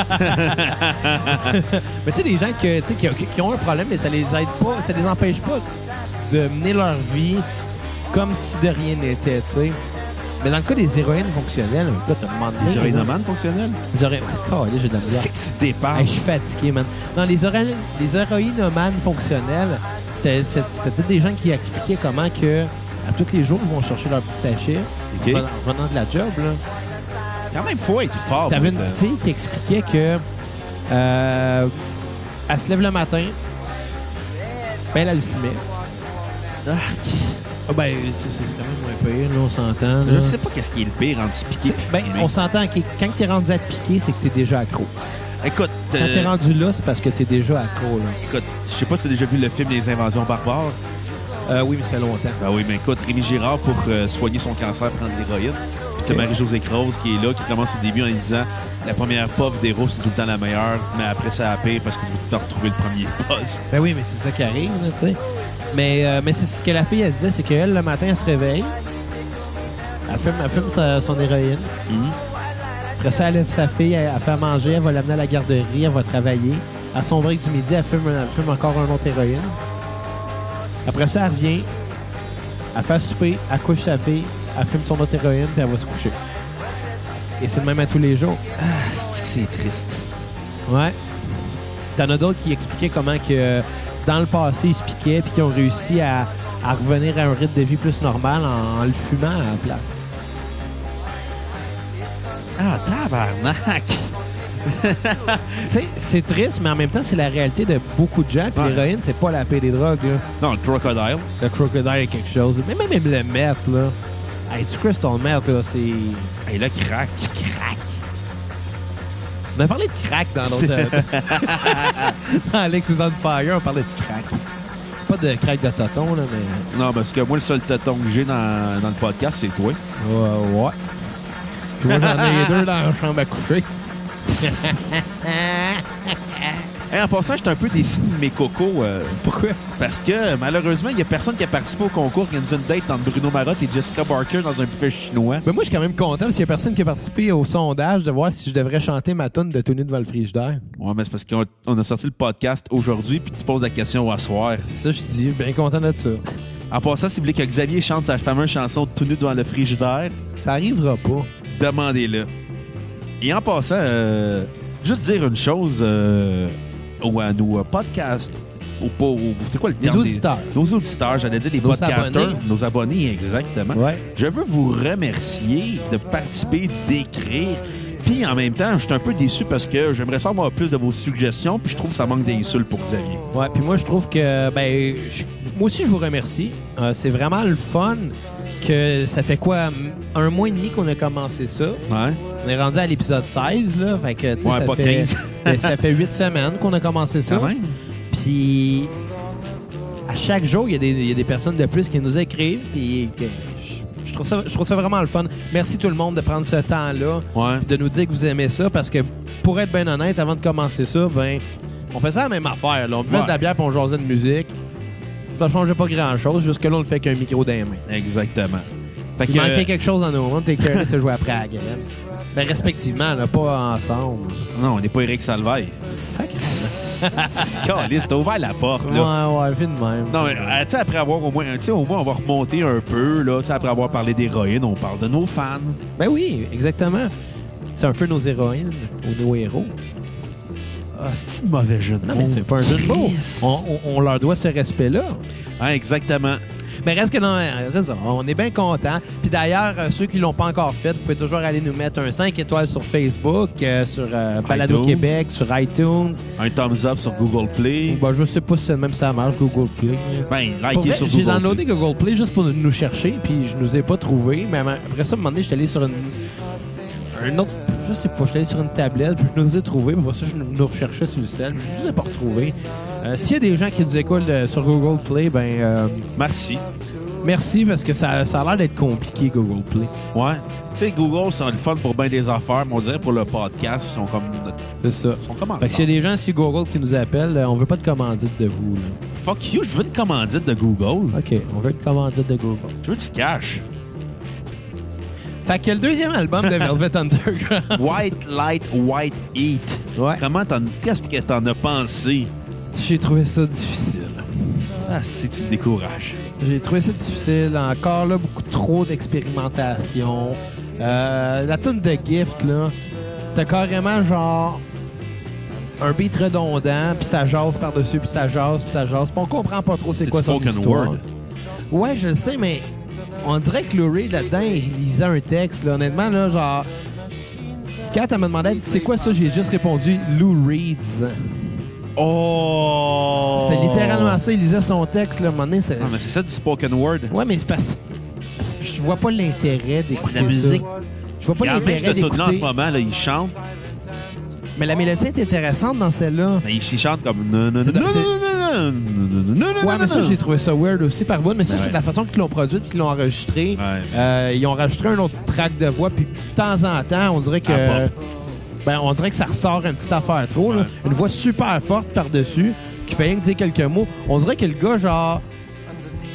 Mais tu sais, des gens que, tu sais, qui, qui- qui ont un problème, mais ça les aide pas, ça les empêche pas de mener leur vie comme si de rien n'était, tu sais. Mais dans le cas des héroïnes fonctionnelles, là, t'as demandé... Les héroïnomanes fonctionnels? Les héroïnes... Oh, là, j'ai de la misère. C'est que tu déparles. Hey, je suis fatigué, man. Non, les, héroïnes, les héroïnomanes fonctionnels, c'était c'était- c'était tous des gens qui expliquaient comment que à tous les jours, ils vont chercher leur petit sachet OK. en venant- en venant de la job, là. Quand même, faut être fort. T'avais pour une être- petite fille qui expliquait que euh, elle se lève le matin, ben elle, elle fumait. Ah, Ah, ben, c'est c'est quand même moins pire, là, on s'entend. là. je sais pas qu'est-ce qui est le pire entre se piquer et Ben, fumer. on s'entend que quand t'es rendu à te piquer, c'est que t'es déjà accro. Écoute, Quand euh, t'es rendu là, c'est parce que t'es déjà accro, là. écoute, je sais pas si tu as déjà vu le film Les Invasions barbares. Euh, oui, mais ça fait longtemps. Ben oui, mais écoute, Rémi Girard, pour euh, soigner son cancer, prendre de l'héroïne. Puis t'as Ok. Marie-Josée Croze qui est là, qui commence au début en disant la première puff d'héros, c'est tout le temps la meilleure, mais après ça, la pire parce que tu veux tout le temps retrouver le premier buzz. Ben oui, mais c'est ça qui arrive, là, tu sais. Mais, euh, mais c'est ce que la fille, elle disait, c'est qu'elle, le matin, elle se réveille, Elle fume, elle fume sa- son héroïne. Après ça, elle lève sa fille, elle, elle fait à manger, elle va l'amener à la garderie, elle va travailler. À son break du midi, elle fume, elle fume encore un autre héroïne. Après ça, elle revient, elle fait à souper, elle couche sa fille, elle fume son autre héroïne, puis elle va se coucher. Et c'est le même à tous les jours. Ah, c'est que c'est triste. Ouais. T'en as d'autres qui expliquaient comment que euh, dans le passé, ils se piquaient puis qu'ils ont réussi à, à revenir à un rythme de vie plus normal en, en le fumant à la place. Ah, tabarnak! Tu sais, c'est triste, mais en même temps, c'est la réalité de beaucoup de gens. Puis Ouais. l'héroïne, c'est pas la paix des drogues, là. Non, le crocodile. Le crocodile est quelque chose. Mais même, même le meth, là. Hey, du crystal meth, là, c'est... Hey, là, crack. Crack. On a parlé de crack dans l'autre... dans Alex is on Fire, on parlait de crack. Pas de crack de tonton, là, mais... Non, parce que moi, le seul tonton que j'ai dans, dans le podcast, c'est toi. Ouais, ouais. Puis moi, j'en ai deux dans la chambre à coucher. Hey, en passant, j'étais un peu déçu de mes cocos. euh, Pourquoi? parce que, malheureusement, il n'y a personne qui a participé au concours qui a une date entre Bruno Marotte et Jessica Barker dans un buffet chinois. Ben moi, je suis quand même content parce qu'il y a personne qui a participé au sondage de voir si je devrais chanter ma tune de Tony devant le frigidaire. Ouais, mais c'est parce qu'on on a sorti le podcast aujourd'hui, puis tu poses la question à soir. C'est ça, je dis, bien content de ça. En passant, si vous voulez que Xavier chante sa fameuse chanson Tout nu devant le frigidaire, Ça arrivera pas. demandez-le. Et en passant, euh, juste dire une chose euh, au- à nos euh, podcasts, ou pas, ou- c'est quoi le Les terme? auditeurs. Des, nos auditeurs, j'allais dire les Nos podcasters, abonnés. nos abonnés, exactement. Ouais. Je veux vous remercier de participer, d'écrire. Puis en même temps, je suis un peu déçu parce que j'aimerais savoir plus de vos suggestions, puis je trouve que ça manque d'insultes pour Xavier. Ouais, puis moi, je trouve que, ben, je- moi aussi, je vous remercie. Euh, c'est vraiment le fun que ça fait quoi, un mois et demi qu'on a commencé ça. Ouais. On est rendu à l'épisode seize, là. Fait que, tu sais, Ouais, ça, pas fait, quinze. ça fait huit semaines qu'on a commencé ça. Quand même. Puis, à chaque jour, il y, a des- il y a des personnes de plus qui nous écrivent. Puis, que je, je trouve ça, je trouve ça vraiment le fun. Merci tout le monde de prendre ce temps-là, Ouais. de nous dire que vous aimez ça. Parce que, pour être bien honnête, avant de commencer ça, ben, on fait ça la même affaire. Là. On buvait Ouais. de la bière puis on jasait de musique. Ça changeait pas grand-chose. Jusque-là, on le fait qu'un micro dans les mains. Exactement. Fait Il que, manquait quelque chose dans nos mains. T'es curieux de se jouer après à la game. Ben, respectivement, là, pas ensemble. non, on n'est pas Eric Salvaille. Sacrément. Caliste, t'as ouvert la porte, là. Ouais, ouais, fais de même. Non, mais euh, tu sais, après avoir au moins, tu sais, au moins, on va remonter un peu, là. Tu sais, après avoir parlé d'héroïne, on parle de nos fans. Ben oui, exactement. C'est un peu nos héroïnes ou nos héros. Ah, c'est un mauvais jeu de Non, mots. mais c'est pas un jeu de mots. Chris. On, on- on leur doit ce respect-là. Ah, exactement. Mais reste que non, c'est ça. On est bien contents. Puis d'ailleurs, euh, ceux qui l'ont pas encore fait, vous pouvez toujours aller nous mettre un cinq étoiles sur Facebook, euh, sur euh, Balado iTunes. Québec, sur iTunes. Un thumbs up sur Google Play. Ben, je sais pas si c'est même ça marche, Google Play. Ben, Pour likez vrai, sur j'ai Google downloadé Play. Google Play juste pour nous chercher, puis je nous ai pas trouvé. Mais après ça, à un moment donné, j'étais allé sur une. Un autre. Je sais pas, j'étais allé sur une tablette, puis je nous ai trouvé. Puis après ça, je nous recherchais sur le sel, puis je nous ai pas retrouvés. Euh, S'il y a des gens qui nous écoutent euh, sur Google Play, ben. euh, Merci. merci, parce que ça, ça a l'air d'être compliqué, Google Play. Ouais. Tu sais, Google, c'est le fun pour bien des affaires, mais on dirait pour le podcast, ils sont comme... C'est ça. Ils sont comme en Fait que s'il y a retard. des gens sur Google qui nous appellent, euh, on veut pas de commandite de vous, là. Fuck you, je veux une commandite de Google. OK, on veut une commandite de Google. Je veux du cash. Fait que le deuxième album de Velvet Underground. White Light, White Heat. Ouais. Comment t'en... Qu'est-ce que t'en as pensé? J'ai trouvé ça difficile. Ah, si tu me décourages. J'ai trouvé ça difficile. Encore là, beaucoup trop d'expérimentation. Euh, la tune de Gift, là, t'as carrément genre un beat redondant, puis ça jase par-dessus, puis ça jase, puis ça jase. Puis on comprend pas trop c'est C'est quoi du son spoken histoire. word. Ouais, je le sais, mais on dirait que Lou Reed, là-dedans, il lisait un texte. Là. Honnêtement, là, genre... Quand elle m'a demandé c'est quoi ça, j'ai juste répondu Lou Reed's. Oh! C'était littéralement ça, il lisait son texte. Là. À un moment donné, c'est... Non, mais c'est ça du spoken word. Ouais, mais c'est parce je vois pas l'intérêt d'écouter La musique. ça. Je vois pas Regarde, même l'intérêt ce tune-là en ce d'écouter. moment, là, il chante, Mais la mélodie est intéressante dans celle-là. mais il chante comme... Non, non, C'est non, dans- non, c'est- non, non, non, non, Ouais, mais ça, non. j'ai trouvé ça weird aussi par bout. Mais ça, Ouais. c'est de la façon qu'ils l'ont produit puis qu'ils l'ont enregistré. Ouais. Euh, ils ont rajouté un autre track de voix. Puis de temps en temps, on dirait que... Ah, ben, on dirait que ça ressort une petite affaire trop. Là. Ouais. Une voix super forte par-dessus qui fait rien que dire quelques mots. On dirait que le gars, genre...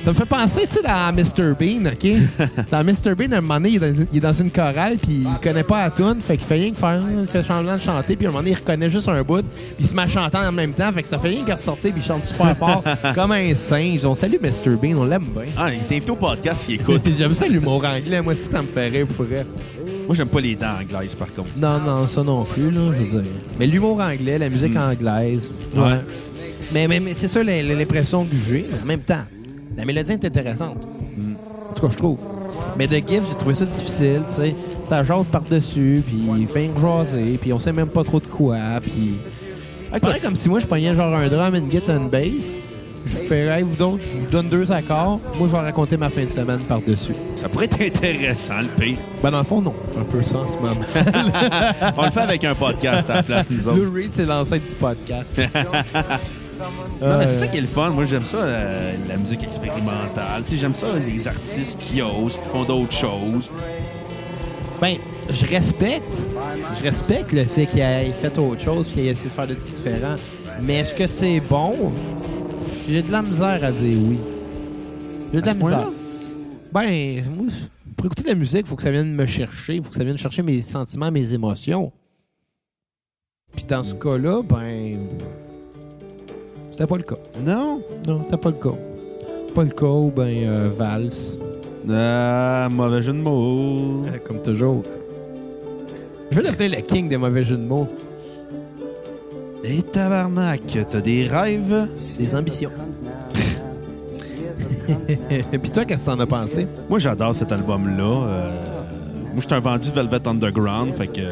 Ça me fait penser, tu sais, dans mister Bean, OK? Dans mister Bean, à un moment donné, il est dans, il est dans une chorale, puis il connaît pas la tune, fait qu'il fait rien que faire, il fait semblant de chanter, puis à un moment donné, il reconnaît juste un bout, puis il se met à chanter en même temps, fait que ça fait rien qu'à ressortir, puis il chante super fort, comme un singe. On salue mister Bean, on l'aime bien. Ah, il t'invite au podcast, il écoute. J'aime ça l'humour anglais, moi, c'est que ça me fait rire pour vrai. Moi, j'aime pas les dents anglaises, par contre. Non, non, ça non plus, là, je veux dire. Mais l'humour anglais, la musique Mm. anglaise. Ouais. Mais, mais, mais c'est ça l'impression que j'ai, mais en même temps, la mélodie est intéressante. Mm. En tout cas, je trouve. Mais The Gift, j'ai trouvé ça difficile, tu sais. Ça jase par-dessus, puis il fait une jaser, puis on sait même pas trop de quoi, puis... Ouais, pareil comme si moi, je pognais genre un drum, une guitare, une bass. Je vous fais, hey, vous, donc, je vous donne deux accords. Moi, je vais raconter ma fin de semaine par-dessus. Ça pourrait être intéressant, le pire. Ben, dans le fond, non. On fait un peu ça en ce moment. On le fait avec un podcast à la place, nous autres. Lou Reed, c'est l'ancêtre du podcast. Non, mais c'est ça qui est le fun. Moi, j'aime ça, euh, la musique expérimentale. Tu sais, j'aime ça, les artistes qui osent, qui font d'autres choses. Ben, je respecte. Je respecte le fait qu'il ait fait autre chose qu'il ait essayé de faire de différent. Mais est-ce que c'est bon? J'ai de la misère à dire oui. J'ai de À la ce misère. point-là? Ben, moi, pour écouter de la musique, il faut que ça vienne me chercher. Il faut que ça vienne chercher mes sentiments, mes émotions. Puis dans ce cas-là, ben... C'était pas le cas. Non? Non, c'était pas le cas. Pas le cas ou ben euh, valse. Ah, mauvais jeu de mots. Euh, Comme toujours. Je veux devenir le king des mauvais jeux de mots. Et tabarnak, t'as des rêves? Des ambitions. Puis toi, qu'est-ce que t'en as pensé? Moi, j'adore cet album-là. Euh, moi, je suis un vendu Velvet Underground, fait que...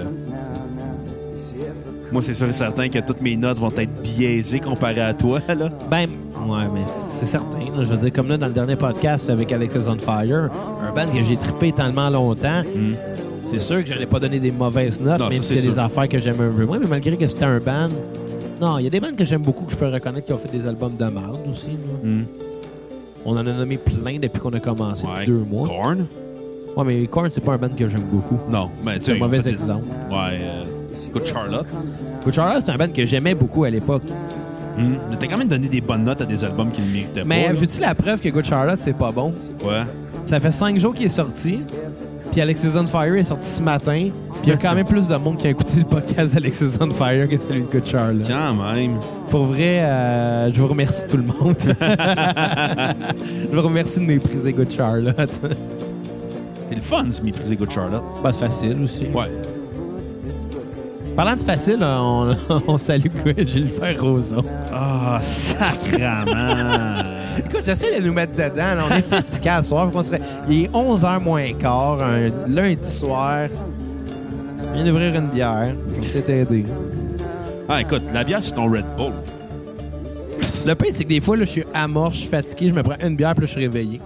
Moi, c'est sûr et certain que toutes mes notes vont être biaisées comparées à toi, là. Ben, ouais, mais c'est certain. Là, je veux dire, comme là, dans le dernier podcast avec Alexis on Fire, un band que j'ai trippé tellement longtemps, Mm. c'est sûr que je n'allais pas donner des mauvaises notes, Non, même ça, si c'est c'est des sûr. affaires que j'aime un peu moins. Mais malgré que c'était un band... Non, il y a des bands que j'aime beaucoup, que je peux reconnaître qui ont fait des albums de merde aussi. Là. Mm. On en a nommé plein depuis qu'on a commencé, Ouais. depuis deux mois. Korn? Ouais, mais Korn, c'est pas un band que j'aime beaucoup. Non. Ben, tu C'est un sais, mauvais ils ont fait des- exemple. Ouais. Euh, Good Charlotte. Good Charlotte, c'est un band que j'aimais beaucoup à l'époque. Mm. Mais t'as quand même donné des bonnes notes à des albums qui ne méritaient Mais pas. là. veux-tu la preuve que Good Charlotte, c'est pas bon? Ouais. Ça fait cinq jours qu'il est sorti. Puis Alexis on Fire est sorti ce matin. Puis il y a quand même plus de monde qui a écouté le podcast d'Alexis on Fire que celui de Good Charlotte. Quand même. Pour vrai, euh, je vous remercie tout le monde. Je vous remercie de mépriser Good Charlotte. C'est le fun, de mépriser Good Charlotte. Bah, c'est facile aussi. Ouais. Parlant de facile, on, on salue Gilbert Rozon. Ah, sacrament. Écoute, j'essaie de nous mettre dedans. Là. On est fatigués à soir. Qu'on serait... Il est onze heures moins quart, un lundi soir. Je viens d'ouvrir une bière. Je vais peut-être aider. Ah, écoute, la bière, c'est ton Red Bull. Le pire, c'est que des fois, là, je suis amorce, je suis fatigué, je me prends une bière, puis là, je suis réveillé.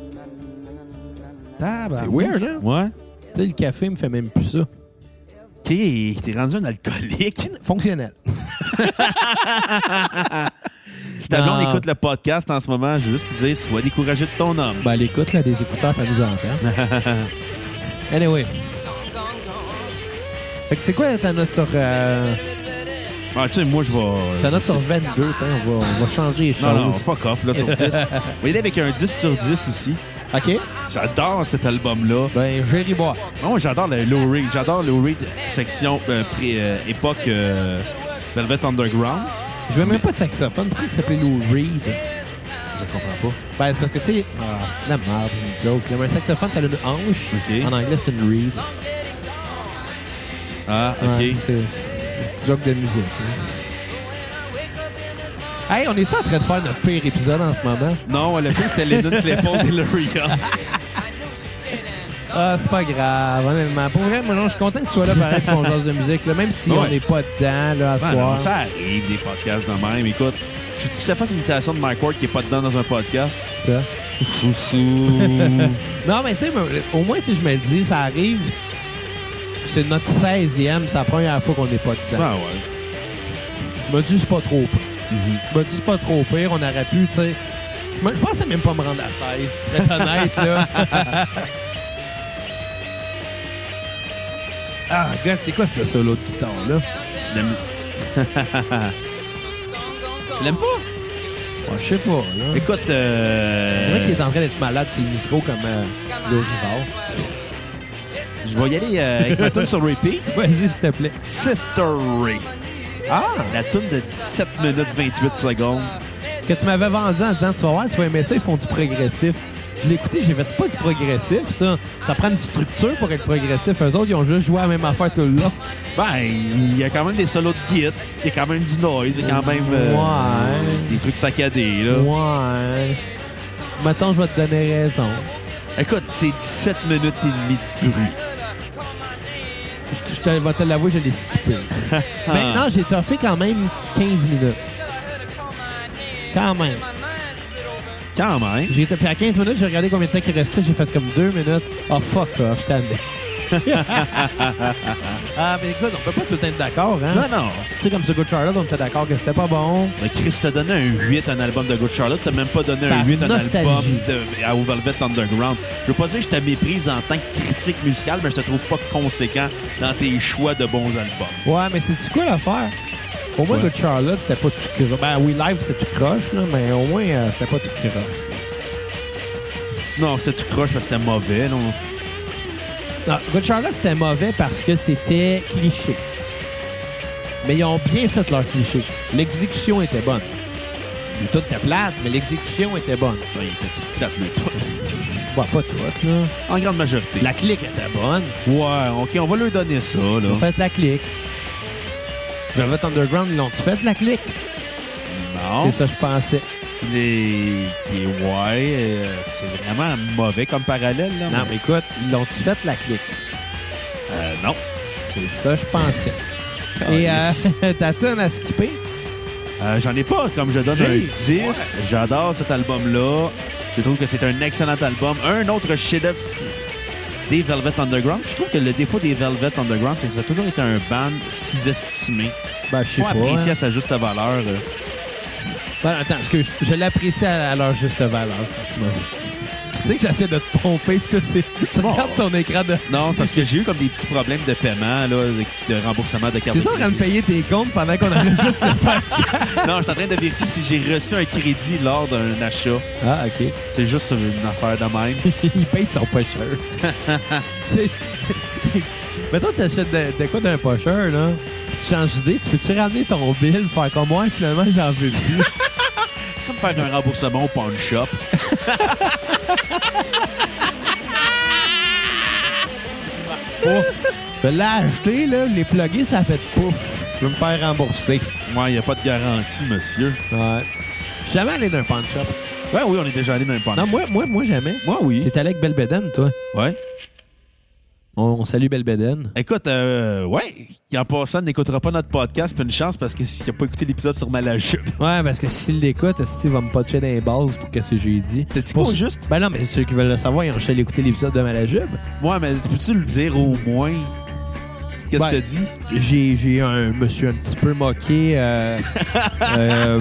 C'est weird, hein? Ouais. Tu sais, le café me fait même plus ça. OK, t'es rendu un alcoolique. Fonctionnel. Si ta blonde Non. écoute le podcast en ce moment, je veux juste te dire, sois découragé de ton homme. Ben, elle écoute, là, des écouteurs, puis elle nous entend. Anyway. Fait que c'est quoi ta note sur... Euh, Ah, tu sais, moi, je vais... ta note sur vingt-deux, t'sais, on va, on va changer les choses. Non, non, fuck off, là, sur dix. On va y aller avec un dix sur dix aussi. OK? J'adore cet album-là. Ben, je vais y boire. Moi, j'adore le Lou Reed. J'adore Lou Reed section euh, pré, euh, époque euh, Velvet Underground. Je veux même pas de saxophone. Pourquoi il s'appelait Lou Reed? Je comprends pas. Ben, c'est parce que, tu sais... Ah, c'est de la merde, une joke. Là. Mais un saxophone, ça a une hanche. OK. En anglais, c'est une reed. Ah, OK. Ouais, c'est c'est une joke de musique. Hein. Hey, on est-tu en train de faire notre pire épisode en ce moment? Non, le pire, c'était Lennon Claypool et Luria. Ah, c'est pas grave, honnêtement. Pour vrai, moi, non, je suis content que tu sois là, pareil, pour qu'on jase de musique. Là, même si Ouais. on n'est pas dedans, là, à Ben, soir. non, ça arrive, des podcasts de même. Écoute, je te fasse une imitation de Mike Ward qui est pas dedans dans un podcast. Quoi? Choussou. Non, mais tu sais, au moins, si je me le dis, ça arrive. C'est notre seizième, c'est la première fois qu'on n'est pas dedans. Ah ouais. Je me dis, c'est pas trop pire. Mm-hmm. Je me dis, c'est pas trop pire. On aurait pu, tu sais. Je me- je pensais même pas me rendre à seize, pour être honnête, là. Ah, regarde, c'est quoi ce solo de guitare-là? Tu l'aimes- Tu l'aimes pas? Ouais, je sais pas, là. Écoute, euh... On dirait qu'il est en train d'être malade sur le micro comme euh, le Rivard. je vais y aller euh, avec ma tune sur repeat. Vas-y, s'il te plaît. Sister Ray. Ah! La tune de dix-sept minutes vingt-huit secondes. Que tu m'avais vendu en disant, tu vas voir, tu vas aimer ça, ils font du progressif. Je l'ai écouté, j'ai fait, c'est pas du progressif, ça. Ça prend une structure pour être progressif. Eux autres, ils ont juste joué à la même affaire tout le long. Ben, il y a quand même des solos de git, il y a quand même du noise, il y a quand même euh, Ouais. des trucs saccadés, là. Ouais. Mettons, je vais te donner raison. Écoute, c'est dix-sept minutes et demie de bruit. Je, je te, vais te l'avouer, je l'ai skippé. Maintenant, j'ai toffé quand même quinze minutes. Quand même. Quand même. J'ai été, puis à quinze minutes, j'ai regardé combien de temps il restait. J'ai fait comme deux minutes. Oh, fuck off, je t'en Ah, mais écoute, on peut pas tout le temps être d'accord, hein? Non, non. Tu sais, comme The Good Charlotte, on était d'accord que c'était pas bon. Mais Chris t'a donné un huit à un album de Good Charlotte. T'as même pas donné Par un huit à un nostalgie. album de, à au Velvet Underground. Je veux pas dire que je te méprise en tant que critique musicale, mais je te trouve pas conséquent dans tes choix de bons albums. Ouais, mais c'est quoi l'affaire? Au moins, Ouais. Good Charlotte, c'était pas tout croche. Ben oui, live, c'était tout croche, là, mais au moins, euh, c'était pas tout croche. Non, c'était tout croche parce que c'était mauvais. Non. Non, Good Charlotte, c'était mauvais parce que c'était cliché. Mais ils ont bien fait leur cliché. L'exécution était bonne. Le tout était plate, mais l'exécution était bonne. Ben, il était tout plate, le tout. Ouais, pas tout, là. En grande majorité. La clique était bonne. Ouais, OK, on va leur donner ça, là. Ils ont fait la clique. Velvet Underground, ils l'ont-tu fait, la clique? Non. C'est ça, je pensais. Les... qui- Ouais, euh, c'est vraiment mauvais comme parallèle, là. Non, mais écoute, ils l'ont-tu fait, la clique? Euh, non. C'est ça, je pensais. Et Calice. euh, ta tonne à skipper? Euh, J'en ai pas, comme je donne J'ai- un dix. Ouais. J'adore cet album-là. Je trouve que c'est un excellent album. Un autre chef-d'œuvre des Velvet Underground. Je trouve que le défaut des Velvet Underground, c'est que ça a toujours été un band sous-estimé. Ben, je sais Pas pas. apprécié hein. à sa juste valeur. euh. Ben, attends, parce que je, je l'apprécie à, à leur juste valeur. en ce moment. Tu sais que j'essaie de te pomper pis tout. Tu tu Bon. regardes ton écran de... Non, parce que j'ai eu comme des petits problèmes de paiement, là, de, de remboursement de carte T'es de en train de crédit. payer tes comptes pendant qu'on enregistre le podcast. Non, je suis en train de vérifier si j'ai reçu un crédit lors d'un achat. Ah, OK. C'est juste une affaire de même. Il paye son pocheur. C'est- Mettons, t'achètes de, de quoi d'un pocheur, là, pis tu changes d'idée, tu peux-tu ramener ton bill, faire comme moi, finalement, j'en veux plus. C'est comme faire un remboursement au pawn shop. Oh, je l'ai acheté, là, les plugger, ça a fait pouf. Je vais me faire rembourser. Moi, il n'y a pas de garantie, monsieur. Ouais. Je suis jamais allé d'un pawn shop. Ouais, oui, on est déjà allé dans un pawn Non, shop. moi, moi, moi jamais. Moi, oui. T'es allé avec Belbeden, toi. Ouais. On, on salue Belbeden. Écoute, euh, ouais, qui en passant n'écoutera pas notre podcast, puis une chance parce que s'il n'a pas écouté l'épisode sur Malajube. Ouais, parce que s'il l'écoute, il va me potcher dans les bases pour qu'est-ce que j'ai dit. T'as dit Pour- pas juste? Ben non, mais ceux qui veulent le savoir, ils ont juste allé écouter l'épisode de Malajube. Ouais, mais peux-tu le dire au moins? Qu'est-ce Ben, que t'as dit? J'ai, j'ai un monsieur un petit peu moqué euh, euh,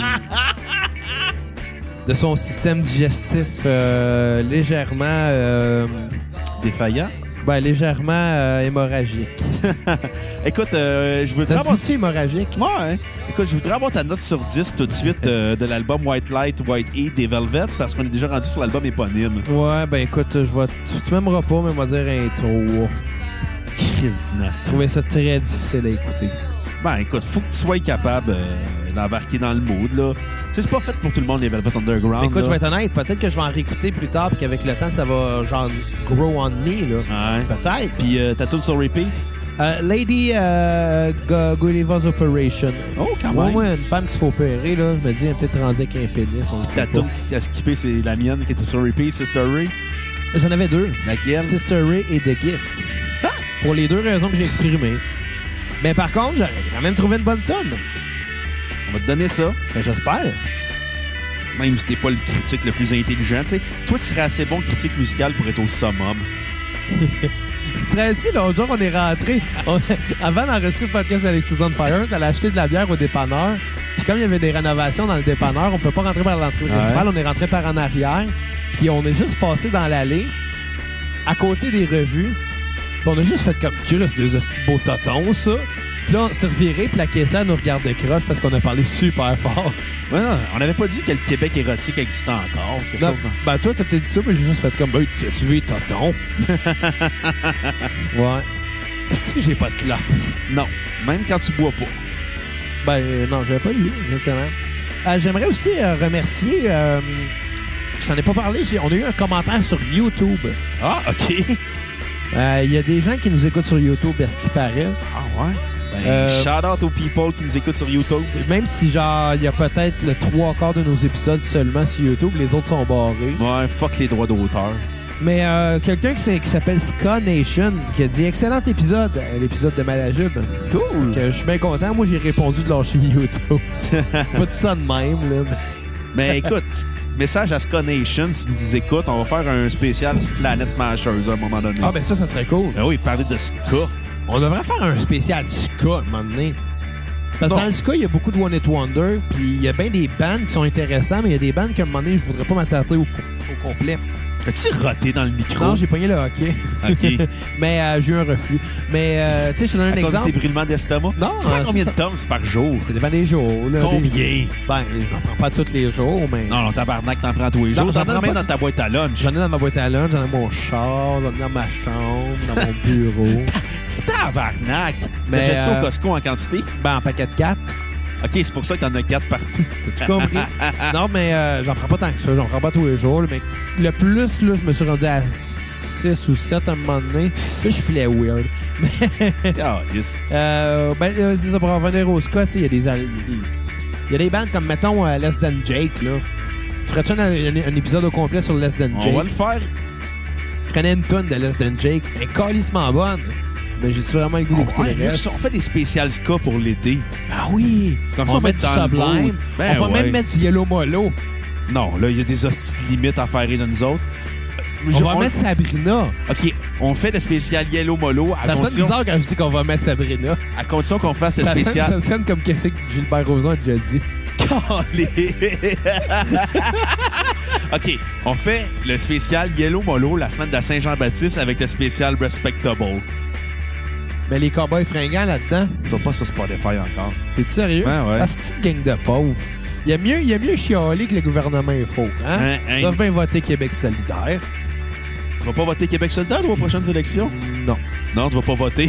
de son système digestif euh, légèrement euh, Défaillant? ben, légèrement euh, hémorragique. Écoute, euh, je voudrais Ça se avoir... dit-tu hémorragique? Ouais. Écoute, je voudrais avoir ta note sur dix tout de suite euh, de l'album White Light, White Heat des Velvet parce qu'on est déjà rendu sur l'album éponyme. Ouais, ben écoute, je vais... Tu, tu m'aimeras pas, mais on va dire un trois. Chris Je Dynastie. trouvais ça très difficile à écouter. Ben, écoute, faut que tu sois capable euh, d'embarquer dans le mood, là. Tu sais, c'est pas fait pour tout le monde, les Velvet Underground. Mais écoute, je là. vais être honnête, peut-être que je vais en réécouter plus tard puis qu'avec le temps, ça va genre grow on me, là. Ouais. Peut-être. Puis euh, t'as tout sur repeat? Euh, Lady euh, Gu- Gulliver's Operation. Oh, quand Moi, même. moi, une femme qui se fait opérer, là, je me dis, elle est peut-être rendue avec un pénis, on le sait La pas. tune qui a skippé, c'est la mienne qui était sur repeat, Sister Ray. J'en avais deux. Laquelle? Sister Ray et The Gift. Ah! Pour les deux raisons que j'ai exprimées. Mais par contre, j'ai quand même trouvé une bonne tonne. On va te donner ça. Ben, j'espère. Même si t'es pas le critique le plus intelligent. Tu sais, toi, tu serais assez bon critique musical pour être au summum. Tu te rappelles-tu, l'autre jour, on est rentré. on- avant d'enregistrer le podcast avec Susan Fire, t'allais acheter de la bière au dépanneur. Puis comme il y avait des rénovations dans le dépanneur, on peut pas rentrer par l'entrée principale. On est rentré par en arrière. Puis on est juste passé dans l'allée, à côté des revues. Puis on a juste fait comme, tu sais, c'est des hosties beaux totons, ça. Puis là, on s'est reviré, puis la caissière nous regarde de croche parce qu'on a parlé super fort. Ouais, non, on n'avait pas dit que le Québec érotique existait encore. Quelque Non, chose dans- ben toi, t'as peut-être dit ça, mais j'ai juste fait comme, ben, tu as suivi tonton. Ouais. Si j'ai pas de classe. Non, même quand tu bois pas. Ben euh, non, j'avais pas lu, exactement. Euh, J'aimerais aussi euh, remercier... Euh, je t'en ai pas parlé, j'ai- on a eu un commentaire sur YouTube. Ah, OK. Euh, Il y a des gens qui nous écoutent sur YouTube, à ce qui paraît. Ah, ouais. Ben, Euh, shout out aux people qui nous écoutent sur YouTube. Même si, genre, il y a peut-être le trois quarts de nos épisodes seulement sur YouTube, les autres sont barrés. Ouais, fuck les droits d'auteur. Mais euh, quelqu'un qui, s'est- qui s'appelle Ska Nation, qui a dit « Excellent épisode! » L'épisode de Malajube. Cool. Que je suis bien content. Moi, j'ai répondu de lâcher YouTube. Pas de ça de même, là. Mais écoute, message à Ska Nation, si nous écoutent, on va faire un spécial Planet Smashers à un moment donné. Ah, ben ça, ça serait cool. Ben oui, parler de Ska. On devrait faire un spécial ska, à un moment donné. Parce que Bon. dans le ska, il y a beaucoup de One Hit Wonder, puis il y a bien des bands qui sont intéressants, mais il y a des bands qu'à un moment donné, je voudrais pas m'attarder au, au complet. As-tu roté dans le micro? Non, j'ai pogné le hockey. OK. Mais euh, j'ai eu un reflux. Mais, euh, tu sais, je te donne un À cause de exemple. tes brûlements d'estomac? Non, Tu prends euh, combien c'est de tomes par jour? Ça dépend des jours. Là. Combien? Des- Ben, je n'en prends pas tous les jours, mais... Non, non, tabarnak, t'en prends tous les Non, jours. j'en T'en as prends même pas dans ta boîte à lunch. J'en ai dans ma boîte à lunch, j'en ai dans mon char, j'en ai dans ma chambre, dans mon bureau. Tabarnak! Mais, Mais ça euh, au Costco en quantité? Ben, en paquet de quatre. OK, c'est pour ça que t'en as quatre partout. T'as tout compris? Non, mais euh, j'en prends pas tant que ça. J'en prends pas tous les jours. là, Mais le plus, là, je me suis rendu à six ou sept à un moment donné. Là, je filais weird. Mais, Ah, yes. euh, ben, euh, c'est ça, pour en revenir au ska, tu sais, il y a des... Il y a des- il y a des bandes comme, mettons, euh, Less Than Jake, là. Tu ferais-tu un, un- un épisode au complet sur Less Than Jake? On va le faire. Je connais une tonne de Less Than Jake. Elle est calissement bonne. Mais j'ai-tu vraiment le goût d'écouter Ouais, le là, reste? on fait des spécials ska pour l'été. Ah oui! Comme on ça, va mettre du dans le Sublime. mood. Ben on va ouais. même mettre du Yellow Molo. Non, là, il y a des hosties de limites à faire de nous autres. On va mettre Sabrina. OK, on fait le spécial Yellow Molo à Ça sonne condition, bizarre quand je dis qu'on va mettre Sabrina. à condition qu'on fasse le Ça, spécial. ça sonne comme qu'est-ce que Gilbert Rozon a déjà dit. Calé. OK, on fait le spécial Yellow Molo la semaine de la Saint-Jean-Baptiste avec le spécial Respectable. Mais les cowboys fringants là-dedans, Ils sont pas sur Spotify encore. t'es-tu sérieux? Ouais, ouais. Ah, c'est une gang de pauvres. Il y a mieux, il y a mieux chialer que le gouvernement est faux. Hein? Hein, hein. Ils doivent bien voter Québec solidaire. Tu vas pas voter Québec solidaire aux prochaines élections? Non. Non, tu vas pas voter.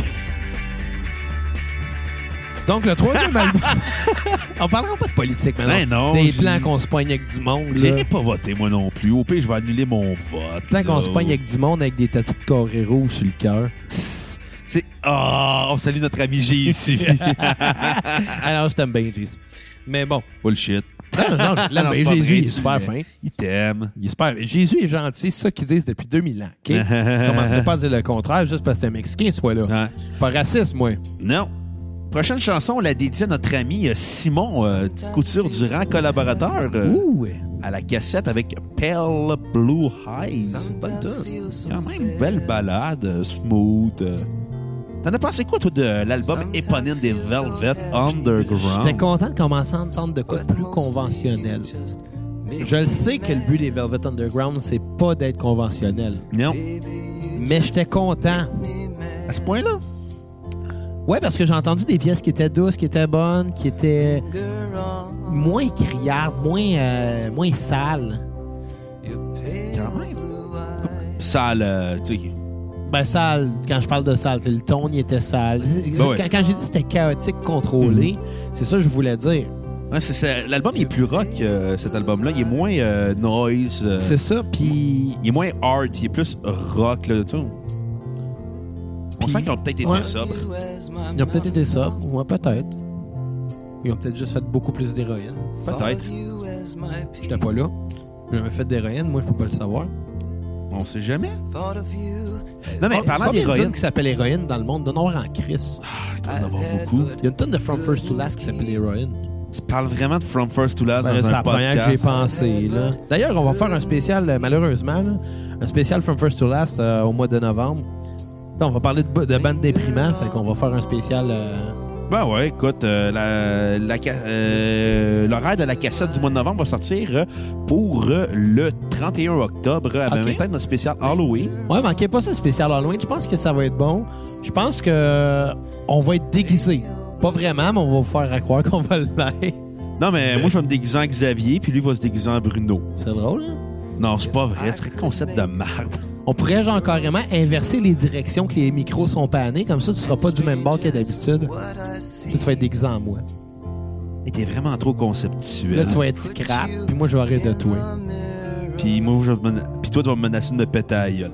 Donc, le troisième album... On parlera pas de politique maintenant. Ben non, Des j'ai- plans qu'on se poigne avec du monde. là. J'irai pas voter, moi non plus. Au pire, je vais annuler mon vote. Plans qu'on là. se pogne avec du monde avec des tatous de carré rouge sur le cœur. C'est... Ah, on salue notre ami Jésus. Alors, je t'aime bien, Jésus. Mais bon. Bullshit. Non, non, je l'aime Non, bien. c'est pas Jésus, vrai, il est tu super l'aimes. fin. Il t'aime. Il est super... Jésus est gentil, c'est ça qu'ils disent depuis deux mille ans. OK? Je commencerai pas à dire le contraire juste parce que t'es un Mexicain, soit là. Ouais. Pas raciste, moi. Non. Prochaine chanson, on l'a dédiée à notre ami euh, Simon euh, Couture-Durand, collaborateur euh, Ouh! à la cassette avec Pale Blue Eyes. Bonne tune. Quand même une belle balade, euh, smooth. euh. T'en as pensé quoi, toi, de l'album éponyme des Velvet Underground? J'étais content de commencer à entendre de quoi de plus conventionnel. Je le sais que le but des Velvet Underground, c'est pas d'être conventionnel. Non. Mais j'étais content. À ce point-là? Ouais, parce que j'ai entendu des pièces qui étaient douces, qui étaient bonnes, qui étaient moins criardes, moins, euh, moins sales. Quand même. Sale, euh, tu sais. Ben, sale, quand je parle de sale, le ton, il était sale. Ben ouais. Quand, quand j'ai dit que c'était chaotique, contrôlé, Mm. c'est ça que je voulais dire. Ouais, c'est, c'est- l'album il est plus rock, euh, cet album-là. Il est moins euh, noise. euh, C'est ça, puis... il est moins art. Il est plus rock, là, tu sais. On Puis- sent qu'ils ont peut-être été Ouais. sobres. Ils ont peut-être été ça, ouais, peut-être. Ils ont peut-être juste fait beaucoup plus d'héroïne. Peut-être. J'étais pas là. J'ai jamais fait d'héroïne, moi, je peux pas le savoir. On sait jamais. Non, mais parlant Combien de d'héroïne, tunes qui s'appelle héroïne dans le monde? D'en avoir en Chris. il doit en avoir beaucoup. Il y a une tonne de From First to Last qui s'appelle héroïne. Tu parles vraiment de From First to Last Ben, dans c'est un la première que j'ai podcast. pensé. Là. D'ailleurs, on va faire un spécial, euh, malheureusement, là, un spécial From First to Last euh, au mois de novembre. Là, on va parler de, de bandes déprimantes, fait qu'on va faire un spécial... euh, Ben ouais, écoute, euh, la, la, ca- euh, l'horaire de la cassette du mois de novembre va sortir euh, pour euh, le trente et un octobre, euh, avec Ok. peut-être notre spécial Halloween. Ouais, manquez pas ça, spécial Halloween. Je pense que ça va être bon. Je pense que euh, on va être déguisés. Pas vraiment, mais on va vous faire croire qu'on va l'être. Non, mais moi, je vais me déguiser en Xavier, puis lui va se déguiser en Bruno. C'est drôle, hein? Non, c'est pas vrai. C'est un concept de merde. On pourrait, genre, carrément inverser les directions que les micros sont panés. Comme ça, tu seras pas du même bord que d'habitude. Là, tu vas être déguisé en moi. Et t'es vraiment trop conceptuel. Là, tu vas être scrap, puis moi, je vais arrêter de toi. Puis moi, je vais me... puis toi, tu vas me menacer de me péter à la gueule.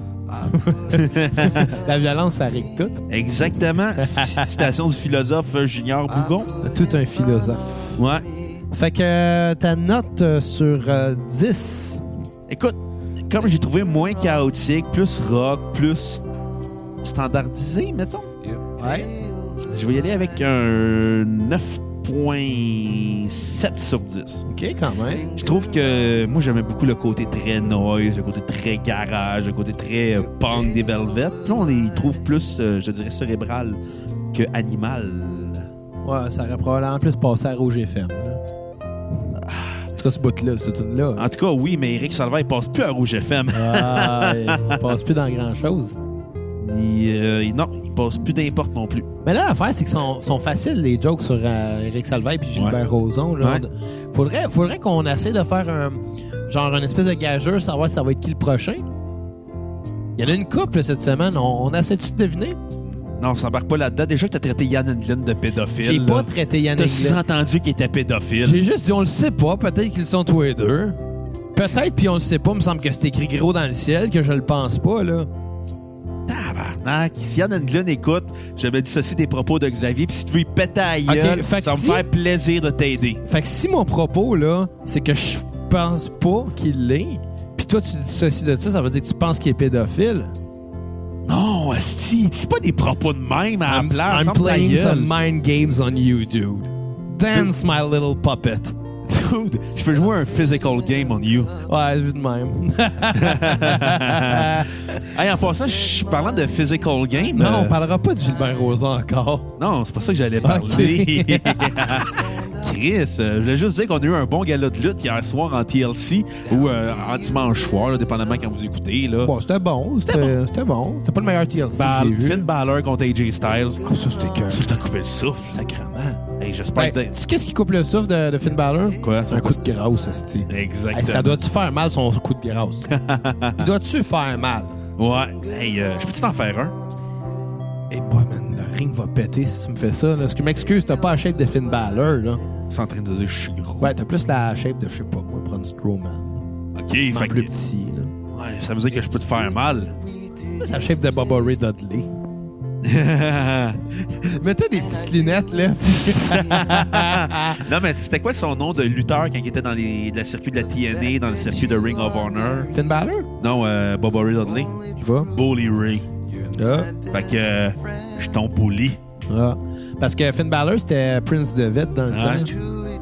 La violence, ça règle tout. Exactement. Citation du philosophe Junior Bougon. Tout un philosophe. Ouais. Fait que euh, ta note euh, sur euh, dix... Écoute, comme j'ai trouvé moins chaotique, plus rock, plus standardisé, mettons. Ouais. Je vais y aller avec un neuf virgule sept sur dix. OK, quand même. Je trouve que moi, j'aimais beaucoup le côté très noise, le côté très garage, le côté très euh, punk des Velvet. Puis là, on les trouve plus, euh, je dirais, cérébral que animal. Ouais, ça aurait probablement plus passé à Rouge F M. Là. En tout cas, ce bout-là, cette tune-là. En tout cas, oui, mais Éric Salvaire, il passe plus à Rouge F M. Ah, il passe plus dans grand-chose. Il, euh, il- non, il passe plus d'importe non plus. Mais là, l'affaire, c'est qu'ils sont, sont faciles, les jokes sur euh, Éric Salvaire et Gilbert Ouais. Rozon. Genre, Ouais. de- faudrait, faudrait qu'on essaie de faire un genre une espèce de gageur, savoir si ça va être qui le prochain. Il y en a une couple cette semaine. On, on essaie-tu de deviner? Non, on s'embarque pas là-dedans. Déjà que t'as traité Yann Englund de pédophile. J'ai là. pas traité Yann T'as Englund. sous-entendu qu'il était pédophile. J'ai juste dit, on le sait pas. Peut-être qu'ils sont tous les deux. Peut-être, puis on le sait pas. Il me semble que c'est écrit gros dans le ciel, que je le pense pas, là. Tabarnak. Si Yann Englund écoute, je me dissocie des propos de Xavier, puis si tu lui pètes à la gueule, Ok, fait que ça va si- me faire plaisir de t'aider. Fait que si mon propos, là, c'est que je pense pas qu'il l'est, puis toi, tu dis ceci de ça, ça veut dire que tu penses qu'il est pédophile. Non, asti, dis pas des propos de même à la I'm, place. I'm ferme ta playing gueule. some mind games on you, dude. Dance, my little puppet. Dude, je peux jouer un physical game on you. Ouais, vu de même. Hey, en passant, je parlant de physical game. non, euh, on parlera pas de Gilbert Rozon encore. Non, c'est pas ça que j'allais parler. Chris, euh, je voulais juste dire qu'on a eu un bon gala de lutte hier soir en T L C ou euh, en dimanche soir, là, dépendamment quand vous écoutez. Là. Bon, c'était bon. C'était c'était bon. C'était pas le meilleur T L C Ball- que j'ai vu. Finn Balor contre A J Styles. Ah, ça, c'était cœur. Ça, je t'ai coupé le souffle. Sacrement. Hey, j'espère Ben, que tu- Qu'est-ce qui coupe le souffle de, de Finn Balor? Quoi? C'est un coup de grâce, esti. Exactement. Hey, ça doit-tu faire mal, son coup de grâce? Il doit-tu faire mal? Ouais. Hey, euh, je peux-tu t'en faire un? Eh, boy, man, le ring va péter si tu me fais ça. Là. Est-ce que je m'excuse, t'as pas la shape de Finn Balor, là? Tu es en train de dire que je suis gros. Ouais, t'as plus la shape de, je sais pas, moi, Braun Strowman. OK, Mais fait plus que... petit, là. Ouais, ça veut dire que je peux te faire mal. C'est la shape de Bubba Ray Dudley. Mets-toi des petites lunettes, là. Non, mais c'était quoi son nom de lutteur quand il était dans les, le circuit de la T N A, dans le circuit de Ring of Honor? Finn Balor? Non, euh, Bubba Ray Dudley. Tu vois? Bully Ray. Ah. Fait que euh, je tombe bully. Ah. Parce que Finn Balor, c'était Prince Devitt dans le Ouais. temps.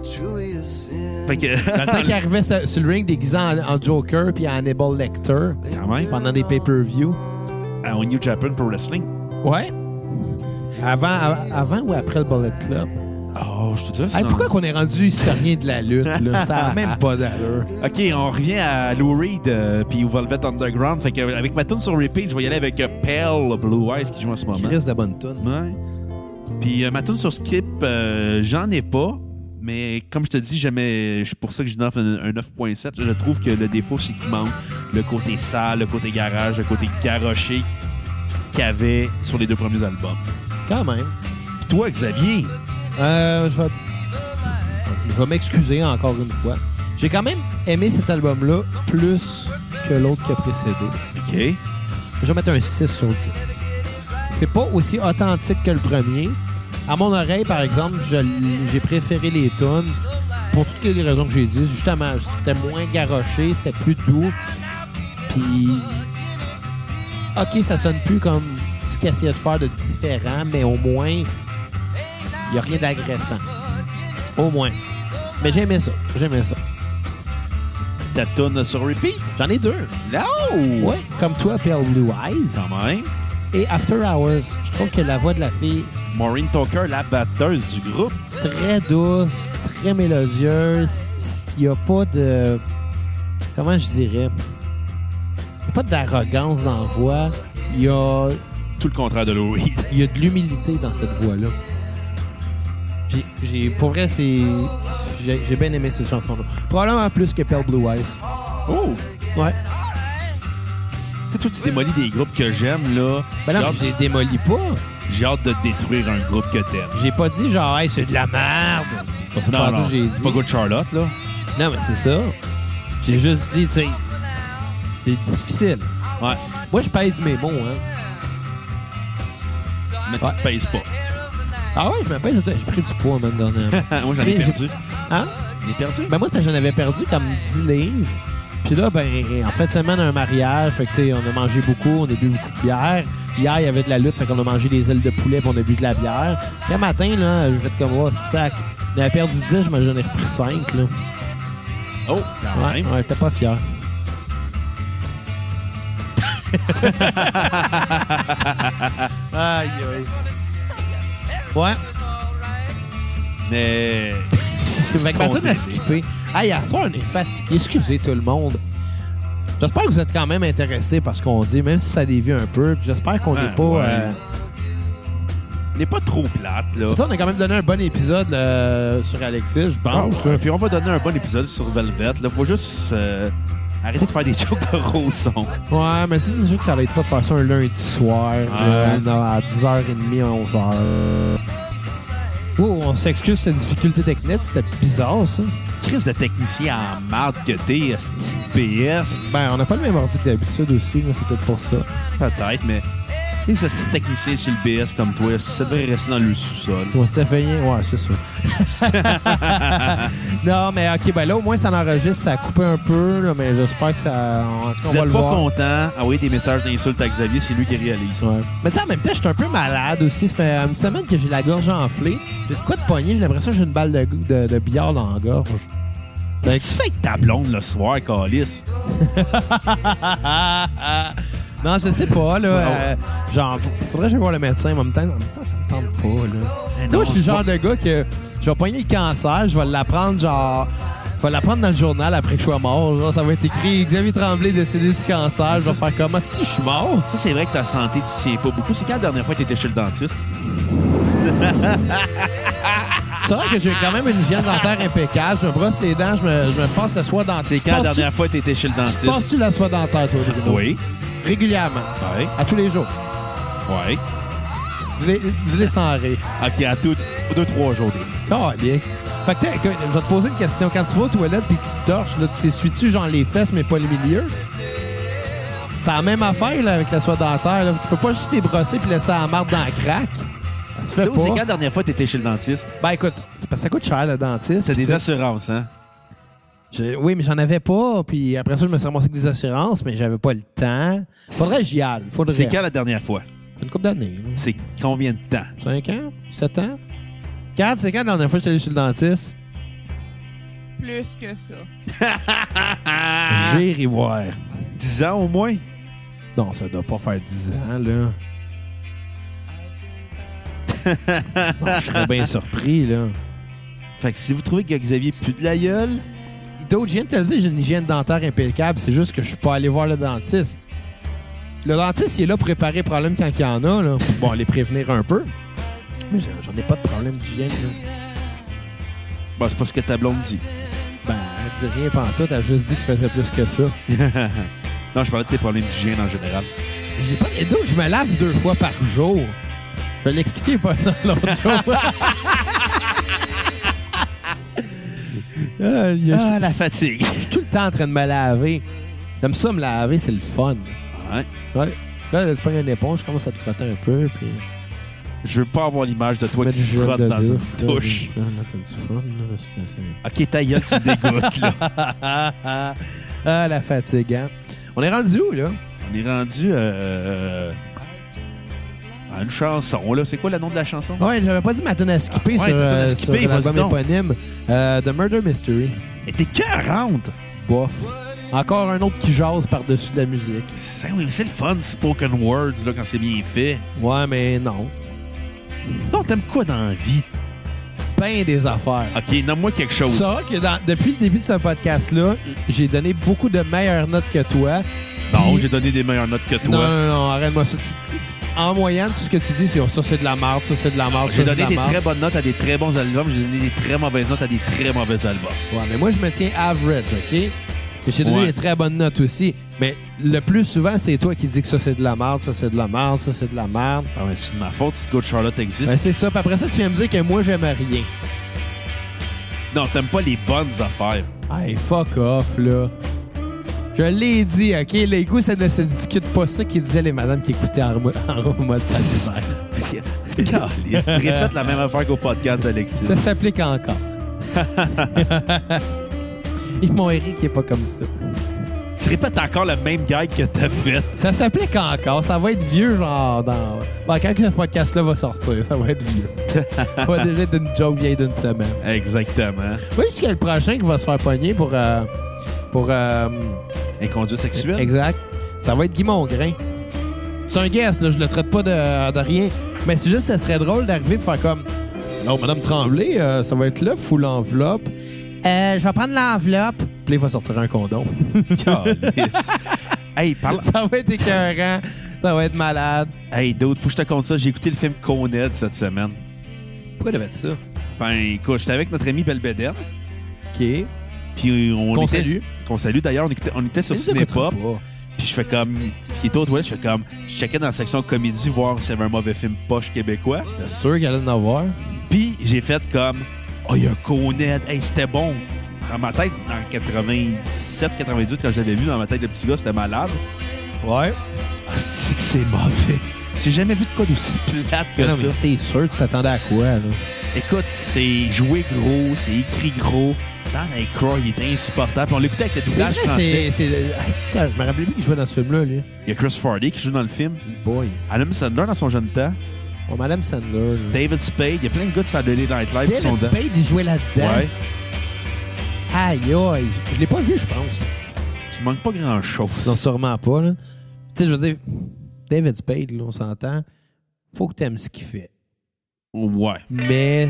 Fait que... Dans le temps qu'il arrivait sur, sur le ring déguisé en, en Joker puis en Hannibal Lecter Quand même. pendant des pay-per-view. À New Japan Pro Wrestling. Ouais. Avant, av- avant ou après le Bullet Club? Oh, je te dis ça. Hey, non. pourquoi qu'on est rendu historien de la lutte, là? Ça n'a même pas d'allure. OK, on revient à Lou Reed euh, puis au Velvet Underground. Fait que euh, avec ma tune sur repeat, je vais y aller avec euh, Pale Blue Eyes qui joue en ce moment. Chris de bonne toune. Ouais. Puis euh, ma tune sur skip, euh, j'en ai pas. Mais comme je te dis, j'aimais. C'est pour ça que je donne un, un neuf virgule sept. Je trouve que le défaut, c'est qu'il manque le côté sale, le côté garage, le côté garoché qu'il y avait sur les deux premiers albums. Quand même. Puis toi, Xavier, Euh, je vais, je vais m'excuser encore une fois. J'ai quand même aimé cet album-là plus que l'autre qui a précédé. OK. Je vais mettre un six sur dix. C'est pas aussi authentique que le premier. À mon oreille, par exemple, je l- j'ai préféré les tunes pour toutes les raisons que j'ai dit. Justement, c'était moins garoché, c'était plus doux. Puis, OK, ça sonne plus comme ce qu'il essayait de faire de différent, mais au moins, il n'y a rien d'agressant. Au moins. Mais j'aimais ça. J'aimais ça. ta tune sur repeat? J'en ai deux. Non! Ouais, comme toi, Pale Blue Eyes. Quand même. Et After Hours. Je trouve que la voix de la fille Maureen Tucker, la batteuse du groupe. très douce, très mélodieuse. Il n'y a pas de... Comment je dirais? Il n'y a pas d'arrogance dans la voix. Il y a, Tout le contraire de Lou Reed. il y a de l'humilité dans cette voix-là. J'ai, j'ai, pour vrai, c'est... J'ai, j'ai bien aimé cette chanson-là. Probablement plus que Pale Blue Eyes. Oh! Ouais. Tu sais, toi, tu démolis des groupes que j'aime, là. Ben non, J'ai mais hâte- j'ai démoli pas. J'ai hâte de détruire un groupe que t'aimes. J'ai pas dit genre, hey, c'est de la merde. C'est pas ça Non, partout non, que j'ai dit. c'est pas Good Charlotte, là. Non, mais c'est ça. J'ai juste dit, tu sais, c'est difficile. Ouais. Moi, je pèse mes mots, hein. Mais tu Ouais. te pèses pas. Ah ouais, je me pèse. J'ai pris du poids, man, dernièrement. Moi, j'en ai J'ai- perdu. Hein? J'en ai perdu? Ben moi, c'est parce que j'en avais perdu comme dix livres. Puis là, ben, en fin de semaine, un mariage. Fait que, tu sais, on a mangé beaucoup, on a bu beaucoup de bière. Hier, il y avait de la lutte, fait qu'on a mangé des ailes de poulet, puis on a bu de la bière. Puis un matin, là, j'ai fait comme, oh, sac. J'en avais perdu dix, j'en ai repris cinq, là. Oh, quand Ouais, même. ouais, j'étais pas fier. Aïe, aïe. Ouais. Mais... Fait que ma tune à Condamné. skipper. Hey, à soir, on est fatigué. Excusez tout le monde. J'espère que vous êtes quand même intéressés par ce qu'on dit, même si ça dévie un peu. Puis j'espère qu'on n'est Ah, pas... ouais. euh, On n'est pas trop plate, là. Tu sais, on a quand même donné un bon épisode euh, sur Alexis, je pense. Ah, ouais. là. Puis on va donner un bon épisode sur Velvet. Là, faut juste euh, arrêter de faire des jokes de Roson. Ouais, mais si c'est sûr que ça n'aide pas de faire ça un lundi soir, euh, à dix heures trente, onze heures. Oh, on s'excuse pour cette difficulté technique, c'était bizarre, ça. Crise de technicien en marde que t'es, ce P S. Ben, on n'a pas le même ordi que d'habitude aussi, mais c'est peut-être pour ça. Peut-être, mais les ce technicien sur le B S comme toi, ça devrait rester dans le sous-sol. Ouais, ça fait rien. Ouais, c'est ça. Non, mais OK, ben là, au moins, ça l'enregistre, ça a coupé un peu, là, mais j'espère que ça... En tout cas, on Vous va êtes le pas voir. content, envoyez des messages d'insultes à Xavier, c'est lui qui réalise. Ouais. Mais tu sais, en même temps, je suis un peu malade aussi. Ça fait une semaine que j'ai la gorge enflée. J'ai de quoi de poignet. J'ai l'impression que j'ai une balle de, de, de billard dans la gorge. Qu'est-ce que tu fais avec ta blonde le soir, Calice? Non, je sais pas, là. Ouais. euh, genre, faudrait que je voir le médecin. En même temps, en même temps ça me tente pas, là. Eh Tu sais, non, moi, je suis le genre pas- de gars que je vais pogner le cancer, je vais l'apprendre, genre... Je vais l'apprendre dans le journal après que je sois mort. Genre, ça va être écrit Xavier Tremblay décédé du cancer. Je vais faire comment? Si je suis mort? Ça, c'est vrai que ta santé, tu tiens pas beaucoup. C'est quand la dernière fois que t'étais chez le dentiste? C'est vrai que j'ai quand même une hygiène dentaire impeccable. Je me brosse les dents, je me, je me passe le soie dentaire. C'est Tu quand la passes-tu- dernière fois que t'étais chez le Tu dentiste? passes-tu la soie dentaire, toi, Bruno? Oui. Régulièrement. Oui. À tous les jours. Oui. Dis-les dis-les sans rire. OK, à tout, deux, trois jours. Ah, bien. Fait que, t'es- que- je vais te poser une question. Quand tu vas aux toilettes puis que tu te torches, là, tu t'essuies-tu genre les fesses, mais pas le milieu? C'est la même affaire là, avec la soie dentaire. Là. Tu peux pas juste les brosser puis laisser la marde dans la craque. Ça se fait C'est quand pas. la dernière fois que t'étais chez le dentiste? Ben écoute, c'est parce que ça coûte cher, le dentiste. T'as puis des tu- assurances, hein? je- Oui, mais j'en avais pas. Puis après ça, je me suis ramassé avec des assurances, mais j'avais pas le temps. Faudrait que j'y aille. Faudrait. C'est quand la dernière fois? C'est une couple d'années. là. C'est combien de temps? cinq ans? sept ans? quatre, c'est quand la dernière fois que j'étais allé chez le dentiste? Plus que ça. J'irai voir. dix ans au moins? Non, ça doit pas faire dix ans, là. Non, je serais bien surpris, là. Fait que si vous trouvez que Xavier pue de la gueule, D'autres, je viens de te le dire, j'ai une hygiène dentaire impeccable. C'est juste que je suis pas allé voir le dentiste. Le dentiste, il est là pour réparer les problèmes quand il y en a, là. Bon, les prévenir un peu. Mais j'en j'en ai pas de problème d'hygiène, là. bah, c'est pas ce que ta blonde dit. Ben, elle dit rien pantoute, elle a juste dit que je faisais plus que ça. Non, je parlais de tes problèmes d'hygiène en général. J'ai pas de doute, je me lave deux fois par jour. Je vais l'expliquer pas dans l'autre jour. Ah, il y a- Ah, la fatigue. Je suis tout le temps en train de me laver. J'aime ça me laver, c'est le fun. Ouais. Ouais. Là, là tu prends une éponge, je commence à te frotter un peu, puis... Je veux pas avoir l'image de toi mets qui du se gel frotte de dans une douche, là, douche. Là, là, t'as du fun, là, parce que c'est... OK, ta gueule, tu me dégoûtes, là. Ah, la fatigue, hein? On est rendu où, là? On est rendu euh, à une chanson, là. C'est quoi le nom de la chanson? Ouais, j'avais pas dit ma tune à skipper Ouais, sur, ta tune à euh, skipper, sur l'album vas-y donc. éponyme. Euh, The Murder Mystery. Elle était quarante. Bof. Encore un autre qui jase par-dessus de la musique. C'est, oui, mais c'est le fun, spoken words, là, quand c'est bien fait. Ouais, mais non. Non, t'aimes quoi dans la vie? Ben des affaires. OK, nomme-moi quelque Tu chose. sauras que dans- depuis le début de ce podcast-là, j'ai donné beaucoup de meilleures notes que toi. Non, Puis- j'ai donné des meilleures notes que Non, toi. non, non, arrête-moi ça. Tu- tu- en moyenne, tout ce que tu dis, c'est ça, c'est de la merde, ça, c'est de la merde, ça, J'ai c'est de donné la des merde. très bonnes notes à des très bons albums. J'ai donné des très mauvaises notes à des très mauvais albums. Ouais, mais moi, je me tiens average, OK? Et j'ai donné Ouais. des très bonnes notes aussi. Mais le plus souvent, c'est toi qui dis que ça, c'est de la merde, ça, c'est de la merde, ça, c'est de la merde. Ah ouais, c'est de ma faute si Good Charlotte existe. Ben, c'est ça. Puis après ça, tu viens me dire que moi, j'aime rien. Non, t'aimes pas les bonnes affaires. Hey, fuck off, là. Je l'ai dit, OK? Les goûts, ça ne se discute pas. Ça qui disaient les madames qui écoutaient en, remo- en mode salutaire. Caliste, tu répètes la même affaire qu'au podcast d'Alexis. Ça s'applique encore. Ils m'ont ri qui est pas comme ça. Tu répètes encore le même gag que t'as fait. Ça s'applique encore. Ça va être vieux, genre, dans... Bon, quand ce podcast-là va sortir, ça va être vieux. Ça va déjà être une joke vieille d'une semaine. Exactement. Oui, jusqu'à le prochain qui va se faire pogner pour... euh, pour euh, Inconduite sexuelle. exact. Ça va être Guy Mongrain. C'est un guest, là. Je le traite pas de, de rien. Mais c'est juste, ça serait drôle d'arriver et faire comme... Non, Madame Tremblay, euh, ça va être là, full l'enveloppe. Euh, je vais prendre l'enveloppe. Puis là, il va sortir un condom. Caliste. Hey, parle. Ça va être écœurant. Ça va être malade. Hey, d'autres, faut que je te conte ça. J'ai écouté le film Coned cette semaine. Pourquoi il avait ça? Ben, écoute, j'étais avec notre ami Belvedere. OK. Puis on Qu'on était- salue. Qu'on salue d'ailleurs. On était, on était sur Mais ça Cinépop. coûtera pas. Puis je fais comme. Il était aux toilettes, je fais comme. Je checkais dans la section comédie voir s'il y avait un mauvais film poche québécois. C'est sûr qu'il allait en avoir. Puis j'ai fait comme. Oh, il y a un Coned. Hey, c'était bon. Dans ma tête, en quatre-vingt-dix-sept quatre-vingt-dix, quand je l'avais vu dans ma tête de petit gars, c'était malade. Ouais. Ah, c'est que c'est mauvais. J'ai jamais vu de quoi d'aussi plate que non, ça. mais c'est sûr, tu t'attendais à quoi, là? Écoute, c'est joué gros, c'est écrit gros. Dan Aykroyd, il était insupportable. Puis on l'écoutait avec le C'est doublage vrai, français. c'est... c'est- ah, c'est ça, je me rappelais plus qu'il jouait dans ce film-là, lui. Il y a Chris Farley qui joue dans le film. Boy. Adam Sandler dans son jeune temps. Oh, Madame Sandler. là. David Spade. Il y a plein de gars de Saturday Night Live qui sont David dedans. Spade, il jouait là-dedans. Ouais. Aïe, aïe. Je, je l'ai pas vu, je pense. Tu manques pas grand-chose. Non, sûrement pas, là. Tu sais, je veux dire, David Spade, là, on s'entend. Faut que t'aimes ce qu'il fait. Ouais. Mais...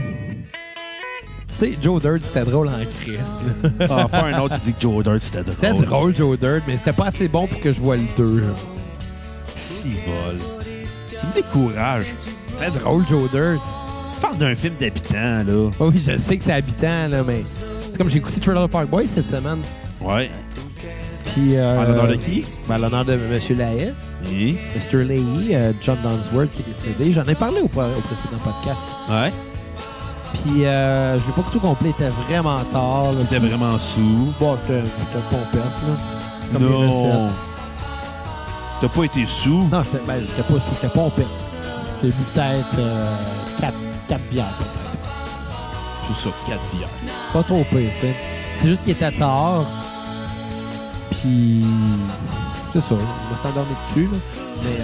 Tu sais, Joe Dirt, c'était drôle en crise, là. Ah, pas un autre qui dit que Joe Dirt, c'était drôle. C'était drôle, Joe Dirt, mais c'était pas assez bon pour que je vois le deux. Si bol. Tu me décourages. C'était drôle, Joe Dirt. Tu parles d'un film d'habitants, là. Oh oui, je sais que c'est habitant, là, mais... C'est comme j'ai écouté Trailer Park Boys cette semaine. Ouais. Puis... Euh, En l'honneur de qui? Ben, l'honneur de M. Lahaye. Oui. mister Leahy, euh, John Dunsworth qui est décédé. J'en ai parlé au, au précédent podcast. Ouais. Puis euh, je l'ai pas tout complet, il était vraiment tard. Là. T'es vraiment sous. Bon, j'étais j'étais pompette, là. Comme les Non. recettes. T'as pas été sous. Non, j'étais ben, j'étais pas sous, j'étais pompette. J'ai bu peut-être quatre bières, peut-être. C'est ça, quatre bières. Pas trop pire, tu sais. C'est juste qu'il était tard. Puis... C'est ça, je me suis endormi dessus, là. Mais...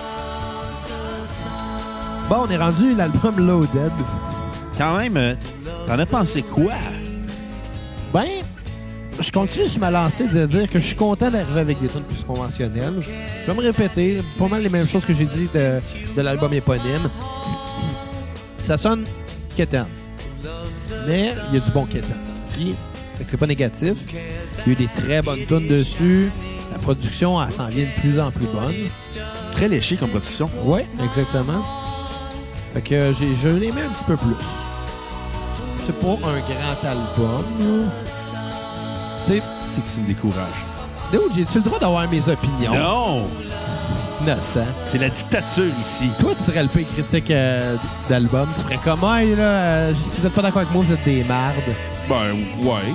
euh, Bon, on est rendu l'album Loaded. Quand même, euh, t'en as pensé quoi? Ben, je continue sur ma lancée de dire que je suis content d'arriver avec des tunes plus conventionnelles. Je vais me répéter, pas mal les mêmes choses que j'ai dit de, de l'album éponyme. Ça sonne quétaine. Mais il y a du bon quétaine. Puis, fait que c'est pas négatif. Il y a eu des très bonnes tunes dessus. La production, elle s'en vient de plus en plus bonne. Très léché comme production. Oui, exactement. Fait que j'ai, je l'aimais un petit peu plus. C'est pas un grand album. Tu sais, C'est que ça me décourage. Dude, j'ai-tu le droit d'avoir mes opinions? Non! Innocent. C'est la dictature ici. Toi, tu serais le pire critique euh, d'album. Tu ferais comme, hey, là, euh, si vous êtes pas d'accord avec moi, vous êtes des mardes. Ben, ouais.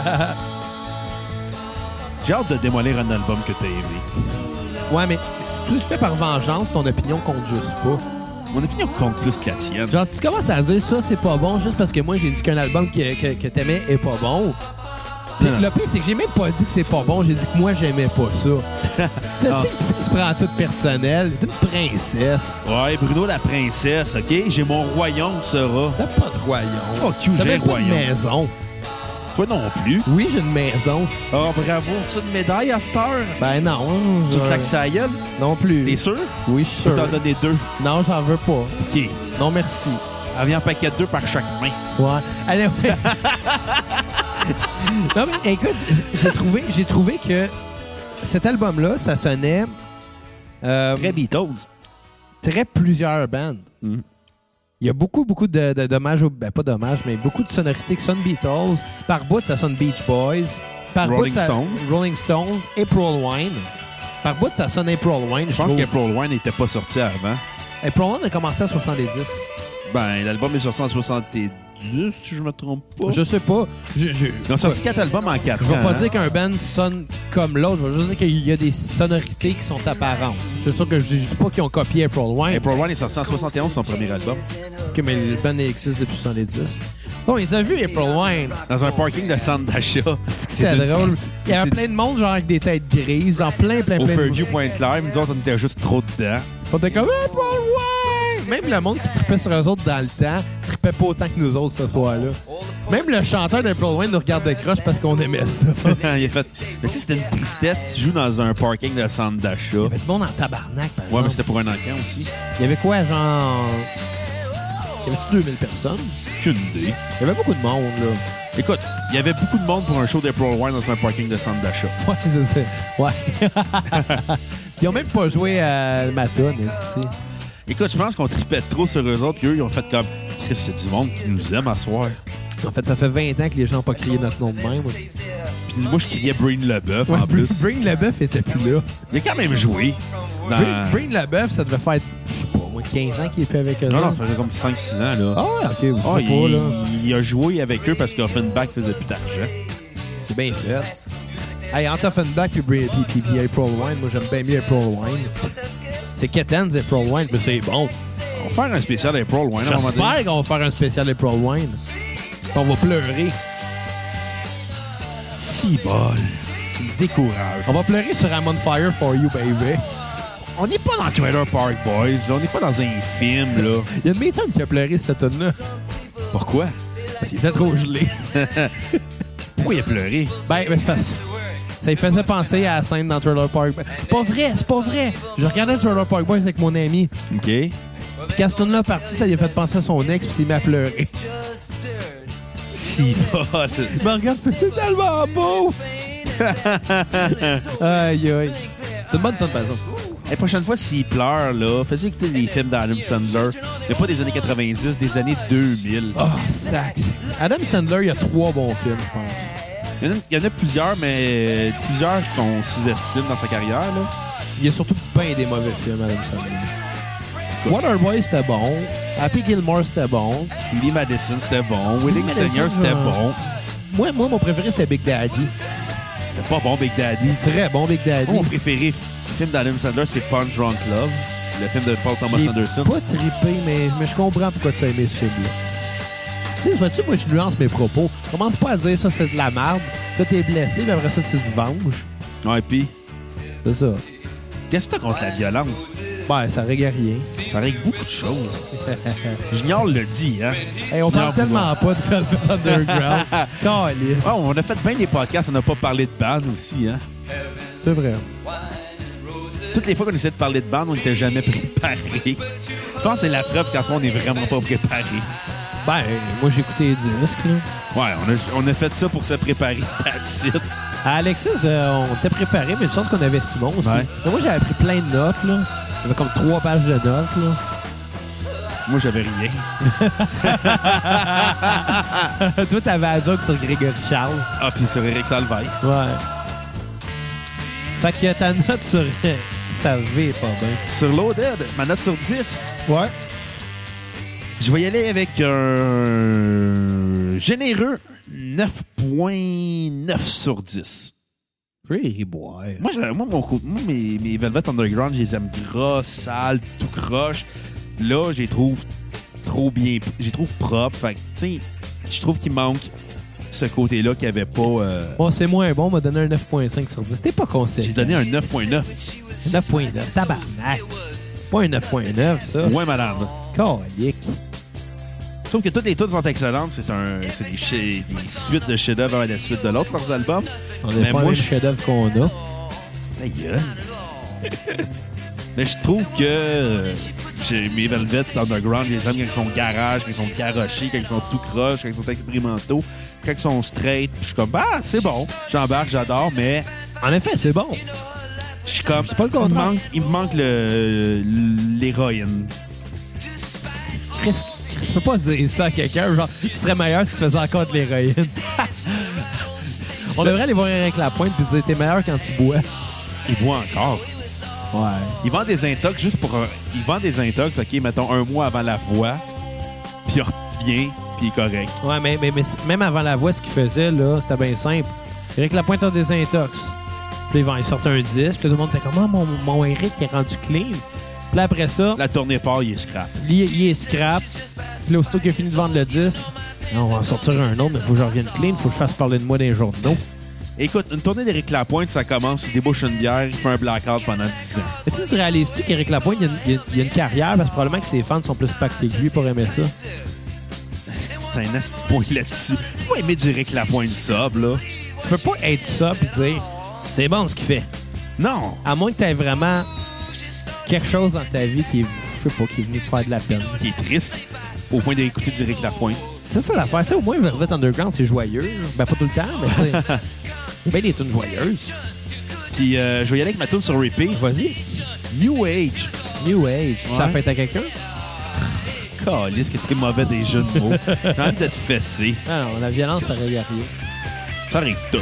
J'ai hâte de démolir un album que t'as aimé. Ouais, mais si tu le fais par vengeance, ton opinion compte juste pas. Mon opinion compte plus que la tienne. Genre, si tu commences à dire ça, c'est pas bon, juste parce que moi, j'ai dit qu'un album que, que, que t'aimais est pas bon. Puis Non. le pire, c'est que j'ai même pas dit que c'est pas bon, j'ai dit que moi, j'aimais pas ça. Tu Ah. sais, tu sais, tu prends tout personnel. T'es une princesse. Ouais, Bruno la princesse, OK? J'ai mon royaume, tu sauras. T'as pas de royaume. Fuck you, T'as j'ai un même pas de royaume. maison. Toi non plus. Oui, j'ai une maison. Oh, bravo. Tu as une médaille à cette heure? Ben non. Tu je- te claques sa gueule? Non plus. T'es sûr? Oui, je suis Je peux sûr. t'en donner deux. Non, j'en veux pas. OK. Non, merci. Elle vient en paquet de deux par chaque main. Ouais. Allez, ouais. Non, mais écoute, j'ai trouvé, j'ai trouvé que cet album-là, ça sonnait... euh, Très Beatles. très plusieurs bands. Mm. Il y a beaucoup, beaucoup de, de dommages, au- ben pas dommages, mais beaucoup de sonorités qui sonnent Beatles. Par bout, ça sonne Beach Boys. Par Rolling bout, ça, Stones. Rolling Stones, April Wine. Par bout, ça sonne April Wine. Je pense qu'April Wine n'était pas sorti avant. April Wine a commencé à soixante-dix. Ben, l'album est sorti en soixante-dix, si je me trompe pas. Je sais pas. Je, je, Ils ont sorti quatre albums en quatre Je ans. vais pas hein. dire qu'un band sonne comme l'autre. Je vais juste dire qu'il y a des sonorités qui sont apparentes. C'est sûr que je dis, je dis pas qu'ils ont copié April Wine. April Wine est sorti en soixante et onze, son premier album. Ok, mais le band existe depuis soixante-dix. Bon, ils ont vu April Wine. Dans un parking de centre d'achat. C'était de- drôle. Il y avait c'est- plein de monde, genre avec des têtes grises, genre plein, plein, Au plein de Fairview Pointe-Claire, nous autres, on était juste trop dedans. On était comme April Wine! Même le monde qui trippait sur eux autres dans le temps, trippait pas autant que nous autres ce soir-là. Même le chanteur d'April Wine nous regarde de croche parce qu'on aimait ça. Il a fait. Mais tu sais, c'était une tristesse. Tu joues dans un parking de centre d'achat. Il y avait du monde en tabarnak, par Ouais, mais exemple. c'était pour un encan aussi. Il y avait quoi, genre... Il y avait-tu deux mille personnes? Aucune idée. Il y avait beaucoup de monde, là. Écoute, il y avait beaucoup de monde pour un show d'April Wine dans un parking de centre d'achat. Ouais, c'est ça. Ouais. Ils ont même pas joué à Maton, esti. Écoute, je pense qu'on tripait trop sur eux autres, puis eux, ils ont fait comme. Chris, c'est du monde qui nous aime à soir. En fait, ça fait vingt ans que les gens n'ont pas crié notre nom de même. Puis moi, je criais Brain Leboeuf Ouais, en plus. Brain Leboeuf était plus là. Il a quand même joué. Dans... Brain, Brain Leboeuf, ça devait faire, je sais pas, au moins quinze ans qu'il est fait avec eux. Non, non, autres. ça faisait comme cinq six ans, là. Ah ouais, ok, je sais Ah, pas, il, là. il a joué avec eux parce qu'Offenbach faisait plus d'argent. C'est bien fait. Hey, entre Offenbach puis, Bra- puis, puis, puis April Wine, moi j'aime bien mieux April Wine. C'est Kettens April Wine, mais c'est bon. On va faire un spécial April Wine. à un moment donné. J'espère qu'on va faire un spécial April Wine. On va pleurer. Si bol. Tu me décourages. On va pleurer sur I'm on fire for you, baby. On n'est pas dans Trailer Park Boys, là. On n'est pas dans un film, là. Il y a une méchante qui a pleuré cette tune-là. Pourquoi? Parce qu'il était trop gelé. Pourquoi il a pleuré? Ben, ben c'est parce ça lui faisait penser à la scène dans Trailer Park Boys. C'est pas vrai, c'est pas vrai. Je regardais Trailer Park Boys avec mon ami. OK. Puis quand cette tune-là partie, ça lui a fait penser à son ex, puis il s'est mis à pleurer. Si bol. Il me regarde, fait c'est tellement beau! Aïe, aïe. C'est une bonne tonne, par exemple. La prochaine fois, s'il pleure, là, fais écouter des films d'Adam Sandler. Mais pas des années quatre-vingt-dix, des années deux mille. Oh, sac. Adam Sandler, il y a trois bons films, je pense. Il y en a, il y en a plusieurs, mais plusieurs qu'on sous-estime dans sa carrière, là. Il y a surtout bien des mauvais films, Adam Sandler. Waterboy, c'était bon. Happy Gilmore, c'était bon. Billy Madison, c'était bon. Willing Madison, Senior, c'était euh, bon. Moi, moi, mon préféré, c'était Big Daddy. C'était pas bon, Big Daddy. Très bon, Big Daddy. Mon préféré film d'Adam Sandler, c'est Punch Drunk Love, le film de Paul Thomas J'ai Anderson. pas trippé, mais, mais je comprends pourquoi tu as aimé ce film-là. Tu sais, vois-tu, moi, je nuance mes propos. Commence pas à dire ça, c'est de la merde. Là, t'es blessé, puis après ça, tu te venges. Ouais, pis, C'est ça. qu'est-ce que t'as contre la violence? Ben, ça règle rien. Ça règle beaucoup de choses. Junior le dit, hein? Hey, on parle Junior tellement pas de Velvet Underground. Calice. Oh, on a fait bien des podcasts, on n'a pas parlé de band aussi, hein? C'est vrai. Toutes les fois qu'on essayait de parler de band, on n'était jamais préparé. Je pense que c'est la preuve qu'en ce moment, on n'est vraiment pas préparé. Ben, moi, j'ai écouté les disques, là. Ouais, on a, on a fait ça pour se préparer. That's it. À Alexis, euh, on était préparé, mais une chance qu'on avait Simon aussi. Ouais. Mais moi, j'avais pris plein de notes, là. J'avais comme trois pages de notes, là. Moi, j'avais rien. Toi, t'avais la joke sur Grégory Charles. Ah, puis sur Eric Salvaille. Ouais. Fait que ta note sur sa V est pas bien. Sur Loaded, ma note sur dix, Ouais. je vais y aller avec un généreux neuf virgule neuf sur dix. Oui, boy. Moi, je- moi, mon, coup- moi mes, mes Velvet Underground, je les aime gras, sales, tout croche. Là, je les trouve trop bien. Je les trouve propres. Fait que, tu sais, je trouve qu'il manque ce côté-là qu'il n'y avait pas. euh, Bon, c'est moins bon, on m'a donné un neuf virgule cinq sur dix. T'es pas conseillé. J'ai donné un neuf virgule neuf. neuf virgule neuf. Tabarnak. Pas un neuf virgule neuf, ça. Ouais, madame. Calique. Je trouve que toutes les tunes sont excellentes. C'est un, c'est des, chi- des suites de chefs-d'œuvre à la suite de l'autre, leurs albums. On Mais est pas moi, le je- chef-d'œuvre qu'on a. Ta gueule. Mais je trouve que euh, j'ai- mes Velvet Underground, je les aime quand ils sont garage, quand ils sont garochés, quand ils sont tout croche, quand ils sont expérimentaux, quand ils sont straight. Puis je suis comme, bah, c'est bon. J'embarque, j'adore, mais En effet, c'est bon. Je suis comme... C'est pas le il me contraire. manque, il me manque le, l'héroïne. Chris, Chris, tu peux pas dire ça à quelqu'un. Genre, tu serais meilleur si tu faisais encore de l'héroïne. On devrait aller voir Eric Lapointe et dire t'es meilleur quand tu bois. Il boit encore. Ouais. Il vend des intox juste pour... un- Il vend des intox, OK, mettons, un mois avant la voix, puis il revient, puis il est correct. Ouais, mais, mais, mais même avant la voix, ce qu'il faisait, là, c'était bien simple. Eric Lapointe a des intox. Puis il vend- il sortait un disque, puis tout le monde était comme ah, mon, mon Eric il est rendu clean. Puis là, après ça, La tournée part, il est scrap. il, il est scrap. Puis là, aussitôt qu'il a fini de vendre le disque, on va en sortir un autre, mais il faut que je revienne clean, il faut que je fasse parler de moi dans les journaux. Écoute, une tournée d'Éric Lapointe, ça commence, il débouche une bière, il fait un blackout pendant dix ans. Mais tu sais, tu réalises-tu qu'Éric Lapointe, il y, a une, il y a- il y a une carrière, parce que probablement que ses fans sont plus pactés que lui pour aimer ça. C'est un assez point là-dessus. Faut aimer du Éric Lapointe sub, là. Tu peux pas être ça et dire c'est bon ce qu'il fait. Non! À moins que tu aies vraiment quelque chose dans ta vie qui est, je sais pas, qui est venu te faire de la peine. Il est triste au point d'écouter du Éric Lapointe. C'est ça l'affaire. Tu sais, au moins, Velvet Underground, c'est joyeux. Ben, pas tout le temps, mais tu sais. Il y a bien des tunes joyeuses. Puis euh, je vais y aller avec ma tune sur repeat. Vas-y. New Age. New Age. Tu Ouais. l'as fait à quelqu'un? Calisse que t'es mauvais des jeux de mots. J'ai envie de te fesser. Ah non, la violence, ça règle rien. Ça arrive tout.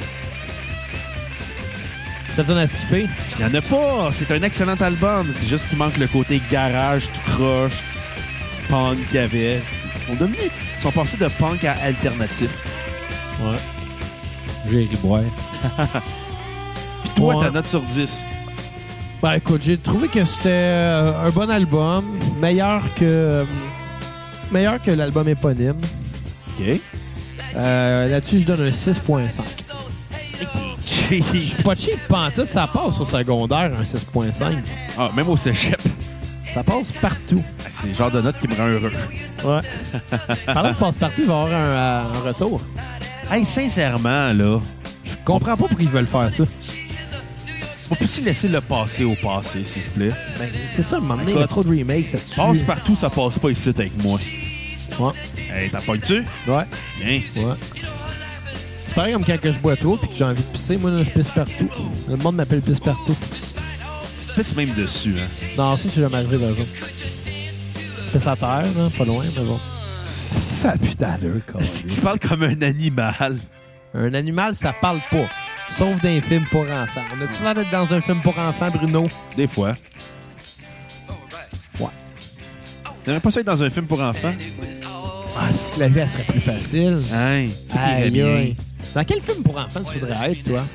Tu t'attends à skipper? Il y en a pas. C'est un excellent album. C'est juste qu'il manque le côté garage, tout croche, punk qu'il y avait. Ils sont devenus... Ils sont passés de punk à alternatif. Ouais. J'ai ri boire. Puis toi, Ouais. ta note sur dix. Ben écoute, j'ai trouvé que c'était euh, un bon album. Meilleur que. euh, meilleur que l'album éponyme. OK. Euh, Là-dessus, je donne un six virgule cinq. Cheap. Pas cheap, pantoute, ça passe au secondaire, un six virgule cinq. Ah, même au cégep. Ça passe partout. Ah, c'est le genre de note qui me rend heureux. Ouais. Parlant de passe-partout, il va y avoir un, euh, un retour. Hey, sincèrement, là, Je comprends pas pourquoi ils veulent faire ça. on peut-tu laisser le passé au passé, s'il vous plaît? Ben, c'est ça, à un moment donné, il y a trop de remakes là-dessus. Passe partout, ça passe pas ici avec moi. Ouais. Hey, t'as pas dessus? Ouais. Bien. Ouais. C'est pareil comme quand que je bois trop et que j'ai envie de pisser. Moi, là, je pisse partout. Le monde m'appelle pisse partout. Tu te pisses même dessus, hein? Non, ça, c'est jamais arrivé dans ça. Pisse à terre, là, pas loin, mais bon. Ça pue d'allure, quoi. Tu parles comme un animal. Un animal, ça parle pas. Sauf dans un film pour enfants. On a-tu l'air d'être dans un film pour enfants, Bruno? Des fois. Ouais. T'aimerais pas ça être dans un film pour enfants? Ah, si la vie, elle serait plus facile. Hein? Tout irait Aïe, bien. aïe. Dans quel film pour enfants tu voudrais être, toi?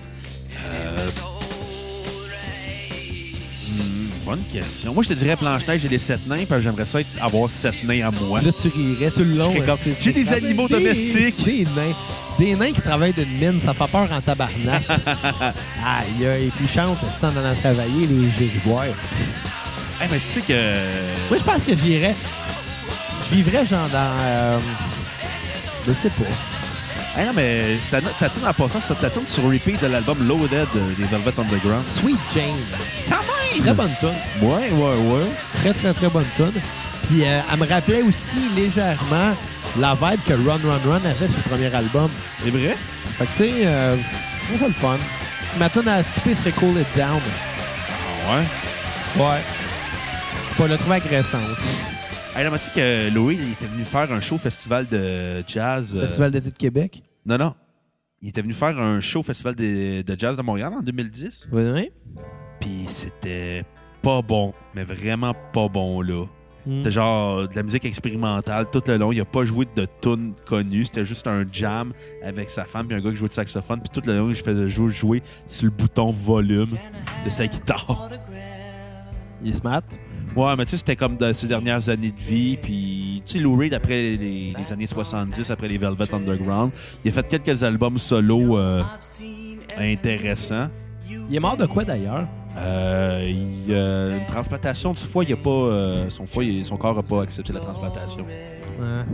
Hmm, bonne question. Moi, je te dirais Blanche-Neige et les sept nains, parce que j'aimerais ça être, avoir sept nains à moi. Là, tu rirais tout le long. Je serais comme, hein. j'ai des C'est- animaux des- domestiques. Des nains. Des nains qui travaillent d'une mine, ça fait peur en tabarnak. Aïe, aïe. Puis ils chantent, c'est en allant travailler, les gériboires. Hey, mais tu sais que... Moi, je pense que j'irais. Je vivrais genre dans. Euh, je sais pas. Hey, non, mais ta, no- ta tune en passant, ça, ta tune sur repeat de l'album Loaded euh, des Velvet Underground. Sweet Jane. Quand même! Très bonne tune. Ouais, ouais, ouais. Très, très, très bonne tune. Puis euh, elle me rappelait aussi légèrement la vibe que Run Run Run avait sur le premier album. C'est vrai? Fait que, tu sais, euh, je trouve ça le fun. Ma tune à skipper serait Cool It Down. Ah ouais? Ouais. Je pas le trouver agressante. Hey, là, m'as-tu que Louis, il était venu faire un show au festival de jazz... euh, Festival d'été de Québec. Non, non. Il était venu faire un show au festival de, de jazz de Montréal en deux mille dix. Oui. Puis c'était pas bon, mais vraiment pas bon, là. Mm. C'était genre de la musique expérimentale tout le long. Il a pas joué de tunes connues. C'était juste un jam avec sa femme puis un gars qui jouait de saxophone. Puis tout le long, je faisais jouer, jouer sur le bouton volume de sa guitare. Il est smart. Ouais, mais tu sais, c'était comme dans ses dernières années de vie. Puis, tu sais, Lou Reed, après les, les années soixante-dix, après les Velvet Underground, il a fait quelques albums solo euh, intéressants. Il est mort de quoi, d'ailleurs? Euh, il y a une transplantation du foie, il a pas, euh, son, foie, il- son corps n'a pas accepté la transplantation. Ouais.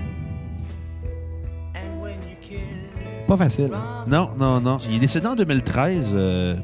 Pas facile. Hein? Non, non, non. Il est décédé en deux mille treize. euh,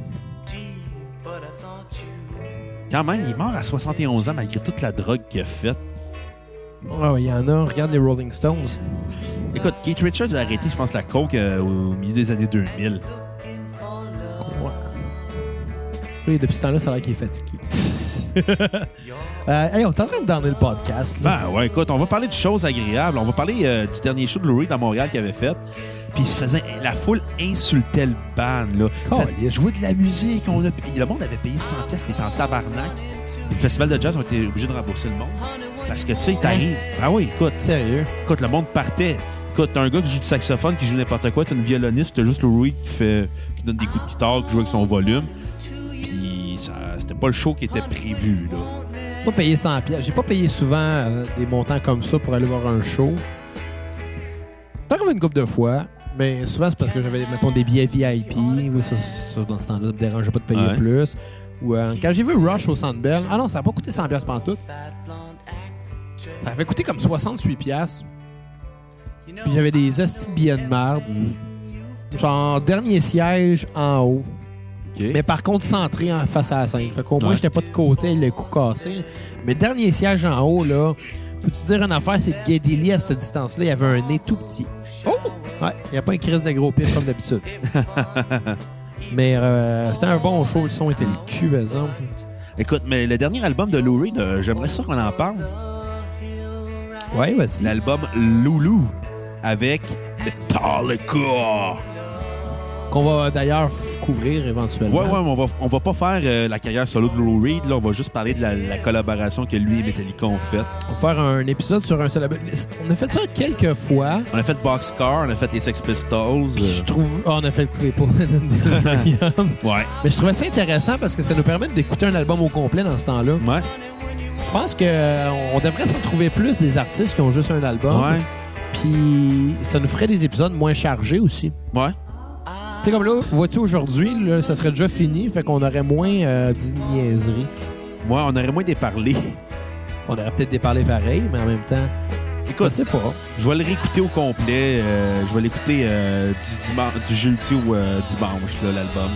Quand même, il est mort à soixante et onze ans malgré toute la drogue qu'il a faite. Ouais, ouais, il y en a. Regarde les Rolling Stones. Écoute, Keith Richards a arrêté, je pense, la coke euh, au milieu des années deux mille. Ouais. Puis depuis ce temps-là, ça a l'air qu'il est fatigué. euh, hey, on est en train de donner le podcast. Là. Ben ouais, écoute, on va parler de choses agréables. On va parler euh, du dernier show de Lou Reed à Montréal qu'il avait fait. Puis il se faisait... La foule insultait le band, là. Fait, jouer de la musique. On a, le monde avait payé cent piastres, mais était en tabarnak. Le festival de jazz ont été obligés de rembourser le monde. Parce que, tu sais, t'arrives... Ah oui, écoute. Sérieux? Écoute, le monde partait. Écoute, t'as un gars qui joue du saxophone, qui joue n'importe quoi. T'as une violoniste, t'as juste Lou Reed qui fait... qui donne des coups de guitare, qui joue avec son volume. Puis ça... c'était pas le show qui était prévu, là. J'ai pas payé cent piastres. J'ai pas payé souvent euh, des montants comme ça pour aller voir un show. T'as arrivé une couple de fois. Mais souvent, c'est parce que j'avais, mettons, des billets V I P. Oui, ça, ça, dans ce temps-là, ça me dérangeait pas de payer ouais. plus. Ou euh, quand j'ai vu Rush au Centre Bell, ah non, ça n'a pas coûté cent piastres pantoute. Ça avait coûté comme soixante-huit piastres. Puis j'avais des hosties de billets de marde. Genre, dernier siège en haut. Okay. Mais par contre, centré en face à la scène. Fait qu'au moins, ouais. j'étais pas de côté, le cou cassé. Mais dernier siège en haut, là... Peux-tu dire une affaire, c'est que Geddy Lee, à cette distance-là, il avait un nez tout petit. Oh! Ouais, il n'y a pas une crise de gros pif comme d'habitude. Mais euh, c'était un bon show, le son était le cul, par exemple. Écoute, mais le dernier album de Lou Reed, euh, j'aimerais ça qu'on en parle. Ouais, vas-y. L'album Loulou avec Metallica. Qu'on va d'ailleurs f- couvrir éventuellement. Ouais, ouais, mais on va, on va pas faire euh, la carrière solo de Lou Reed. Là, on va juste parler de la, la collaboration que lui et Metallica ont faite. On va faire un épisode sur un seul... On a fait ça quelques fois. On a fait Boxcar, on a fait les Sex Pistols. Puis je euh, trouve... Oh, on a fait le Claypool and Delirium. Ouais. Mais je trouvais ça intéressant parce que ça nous permet d'écouter un album au complet dans ce temps-là. Ouais. Je pense qu'on devrait s'en trouver plus des artistes qui ont juste un album. Ouais. Puis ça nous ferait des épisodes moins chargés aussi. Ouais. Tu sais, comme là, vois-tu, aujourd'hui, là, ça serait déjà fini, fait qu'on aurait moins euh, dit de niaiseries. Ouais, on aurait moins déparlé. On aurait peut-être déparlé pareil, mais en même temps, Écoute, je sais pas. je vais le réécouter au complet. Euh, je vais l'écouter euh, du, diman- du jeudi au euh, dimanche, là, l'album.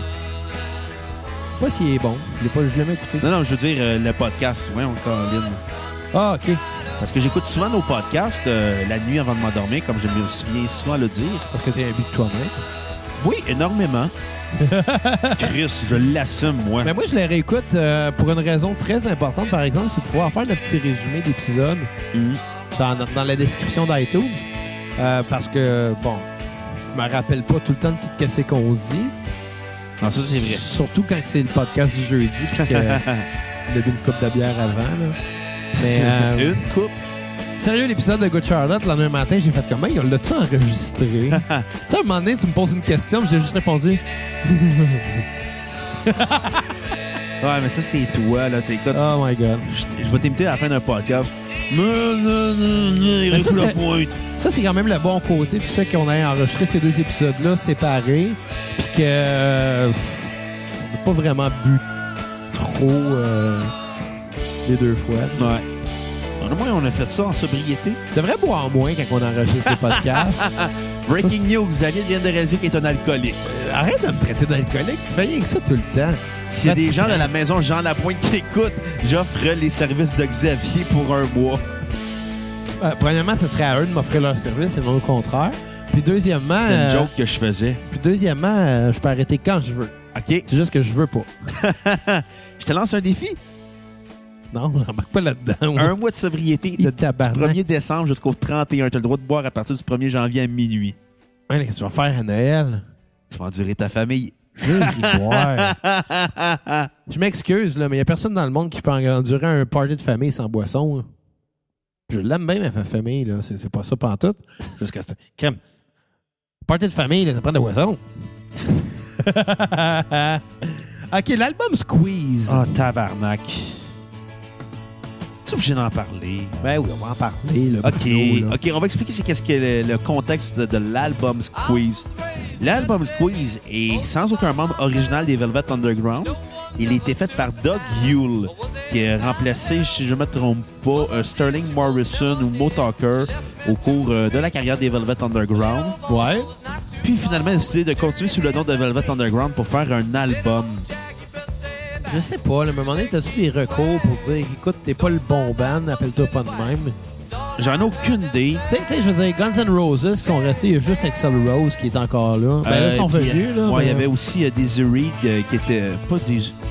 Je sais pas s'il est bon. Je l'ai pas, je l'ai jamais écouté. Non, non, je veux dire euh, le podcast. Ouais, on Caroline. Ah, OK. Parce que j'écoute souvent nos podcasts euh, la nuit avant de m'endormir, comme je me bien souvent le dire. Parce que t'es un but de toi-même. Oui, énormément. Chris, je l'assume, moi. Mais moi, je les réécoute euh, pour une raison très importante, par exemple, c'est pouvoir faire le petit résumé d'épisode Mhm. dans, dans la description d'iTunes. Euh, parce que, bon, je me rappelle pas tout le temps de tout ce qu'on dit. Non, ça, c'est vrai. Surtout quand c'est le podcast du jeudi puis qu'on a bu une coupe de bière avant. Là. Mais, euh, Une coupe. sérieux, l'épisode de Good Charlotte, le lendemain matin, j'ai fait comment? On l'a-tu enregistré? Tu sais, à un moment donné, tu me poses une question, puis j'ai juste répondu. Ouais, mais ça, c'est toi, là. T'écoutes. Oh my God. Je, je vais t'imiter à la fin d'un podcast. Non, non, non, non, il Mais ça, reste la c'est- pointe. Ça, c'est quand même le bon côté du fait qu'on ait enregistré ces deux épisodes-là séparés, puis que euh, on n'a pas vraiment bu trop euh, les deux fois. Ouais. Au moins, on a fait ça en sobriété. On devrait boire moins quand on enregistre ces podcasts. Breaking news, Xavier vient de réaliser qu'il est un alcoolique. Euh, Arrête de me traiter d'alcoolique, tu fais rien que ça tout le temps. S'il y a des Fatigant. gens de la maison Jean Lapointe qui écoutent, j'offre les services de Xavier pour un mois. Euh, premièrement, ce serait à eux de m'offrir leur service et non au contraire. Puis deuxièmement, C'est une euh, joke que je faisais. puis deuxièmement euh, je peux arrêter quand je veux. OK. C'est juste que je veux pas. Je te lance un défi. Non, j'embarque pas là-dedans. Un mois de sobriété Il de, du tabarnak. premier décembre jusqu'au trente et un. Tu as le droit de boire à partir du premier janvier à minuit. Ouais, qu'est-ce que tu vas faire à Noël? Tu vas endurer ta famille. Je veux y boire. Je m'excuse, là, mais il n'y a personne dans le monde qui peut endurer un party de famille sans boisson. Là. Je l'aime bien, ma famille, là. C'est, c'est pas ça pantoute. Jusqu'à ce... Crème. Party de famille, là, ça prend de la boisson. OK, l'album Squeeze. Ah, tabarnak. Tu es obligé d'en parler. Ben oui, on va en parler, là. OK, Bruno, là. OK, on va expliquer c'est qu'est-ce que le, le contexte de, de l'album Squeeze. L'album Squeeze est sans aucun membre original des Velvet Underground. Il a été fait par Doug Yule, qui a remplacé, si je ne me trompe pas, euh, Sterling Morrison ou Mo Tucker au cours euh, de la carrière des Velvet Underground. Ouais. Puis finalement, il a décidé de continuer sous le nom de Velvet Underground pour faire un album. Je sais pas, là, à un moment donné, t'as-tu des recours pour dire, écoute, t'es pas le bon band, appelle-toi pas de même. J'en ai aucune idée. Tu sais, tu sais, je veux dire, Guns N' Roses qui sont restés, il y a juste Axl Rose qui est encore là. Ben là, ils sont puis, venus, là. Ouais, il y mais- avait aussi euh, Dizzy Reed euh, qui était... Pas Dizzy, je pense que c'était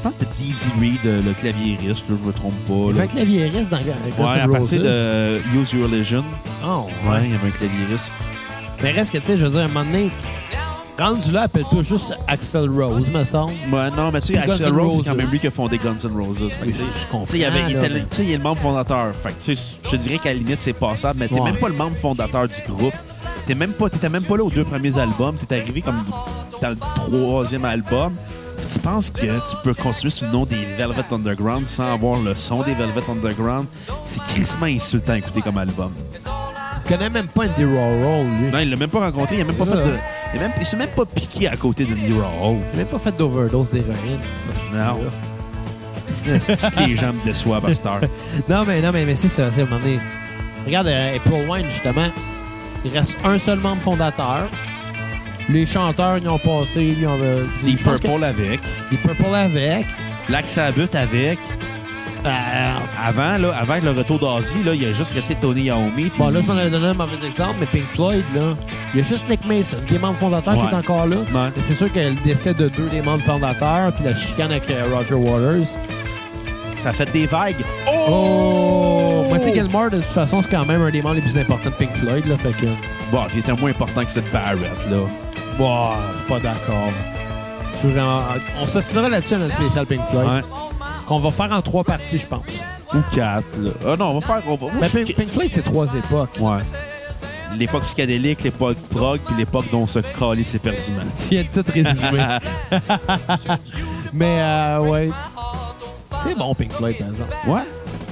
Dizzy Reed, le claviériste, là, je me trompe pas. Il y Là. avait un claviériste dans Guns Ouais, à N' Roses. partir de Use Your Religion. Oh, Ouais, ouais. il y avait un claviériste. Mais reste que, tu sais, je veux dire, à un moment donné, rendu là, appelle-toi juste Axl Rose, me semble. Ouais, non, mais tu sais, Guns Axl N' Rose, c'est Roses. quand même lui qui a fondé Guns N' Roses. Fait que, Oui, tu sais, je comprends. tu sais, il y avait- il là, était- mais- tu sais, il est le membre fondateur. Fait que, tu sais, je te dirais qu'à la limite, c'est passable, mais t'es Ouais. même pas le membre fondateur du groupe. T'es même pas, t'étais même pas là aux deux premiers albums. T'es arrivé comme dans le troisième album. Tu penses que tu peux continuer sous le nom des Velvet Underground sans avoir le son des Velvet Underground? C'est crissement insultant à écouter comme album. Il connaît même pas Andy Warhol, lui. Non, il l'a même pas rencontré. Il a même pas Ouais. fait de... Il, a même... il s'est même pas piqué à côté d'Andy Warhol. Il a même pas fait d'overdose d'héroïne. Ça, c'est Non. ça. C'est que les gens me déçoivent à cette heure. Non, mais, non, mais, mais c'est ça. C'est à un moment donné. Regarde, euh, April Wine, justement, il reste un seul membre fondateur. Les chanteurs, ils ont passé. Ils ont, euh, Les je pense que- Purple avec. Les Purple avec. Black Sabbath avec. Euh, Avant, là, avant le retour d'Ozzy, là, il y a juste resté Tony Iommi. puis- bon, là, je m'en avais donné un mauvais exemple, mais Pink Floyd, là, il y a juste Nick Mason, qui est membre fondateur, qui Ouais. est encore là. Ouais. Mais c'est sûr que le décès de deux des membres fondateurs, puis la chicane avec euh, Roger Waters. Ça a fait des vagues. Oh! Moi, tu sais, Gilmour, de toute façon, c'est quand même un des membres les plus importants de Pink Floyd, là, fait que... Bon, il était moins important que cette Barrett, là. Bon, je suis pas d'accord. Je suis vraiment... On s'assinera là-dessus à notre spécial Pink Floyd, Ouais. qu'on va faire en trois parties, je pense. Ou quatre, là. Ah non, on va faire... On va... Mais Pink, Pink Floyd, c'est trois époques. Ouais. L'époque psychédélique, l'époque prog, puis l'époque dont on se calisse éperdument. Tu viens de tout résumer. Mais, euh, ouais. C'est bon, Pink Floyd, par exemple. Ouais.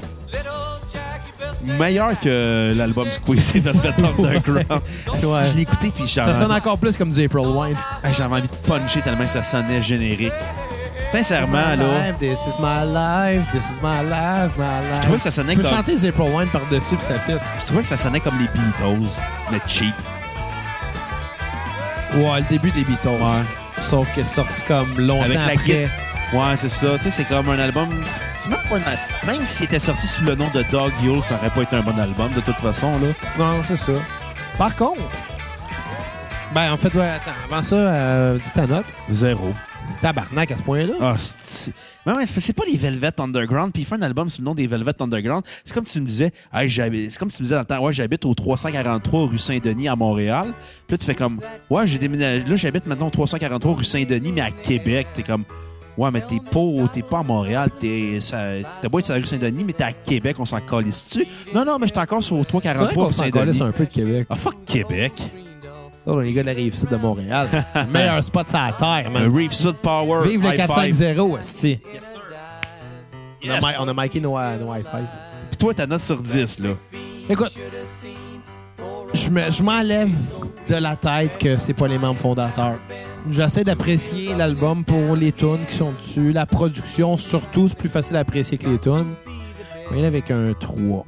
Meilleur que l'album Squeezy de Velvet Underground. Ouais. Je l'ai écouté, puis j'avais Ça sonne envie... encore plus comme du April Wine. Ah, j'avais envie de puncher tellement que ça sonnait générique. Sincèrement, là, This is my life, this is my life, my life. je trouvais que ça sonnait Tu peux comme... chanter les April Wine par-dessus, puis ça fit. Je trouvais que ça sonnait comme les Beatles, mais cheap. Ouais, le début des Beatles. Ouais. Sauf que c'est sorti comme longtemps Avec la après. guitare. Ouais, c'est ça. Tu sais, c'est comme un album... C'est même pas un al- Même s'il était sorti sous le nom de Dog Yule, ça aurait pas été un bon album, de toute façon, là. Non, c'est ça. Par contre, ben en fait, ouais, attends, avant ça, euh, dis ta note. Zéro. Tabarnak à ce point-là. Ah, c'est... Mais ouais, c'est c'est pas les Velvet Underground, puis il fait un album sous le nom des Velvet Underground. C'est comme tu me disais, hey, j'habite... c'est comme tu me disais dans le temps, ouais, j'habite au trois cent quarante-trois rue Saint-Denis à Montréal. Puis là, tu fais comme, ouais, j'ai déménagé, là, j'habite maintenant au trois cent quarante-trois rue Saint-Denis, mais à Québec. T'es comme, ouais, mais t'es pas, t'es pas à Montréal, t'es, ça, t'as beau être sur la rue Saint-Denis, mais t'es à Québec, on s'en calisse-tu? Non, non, mais j'étais encore sur au trois cent C'est vrai quarante-trois qu'on rue s'en Saint-Denis. calisse un peu de Québec. Ah, fuck Québec. Oh, les gars de la Rive-Sud de Montréal. Le meilleur spot sur la terre, Un man. Reef Sud Power. Vive le high quatre five. cinq zéro, esti. On a Yes. mi- On a miké nos, euh, nos hi-fi. Puis toi, ta note sur dix, là. Écoute, je me- je m'enlève de la tête que c'est pas les membres fondateurs. J'essaie d'apprécier l'album pour les tunes qui sont dessus. La production, surtout, c'est plus facile à apprécier que les tunes. On y est avec un trois.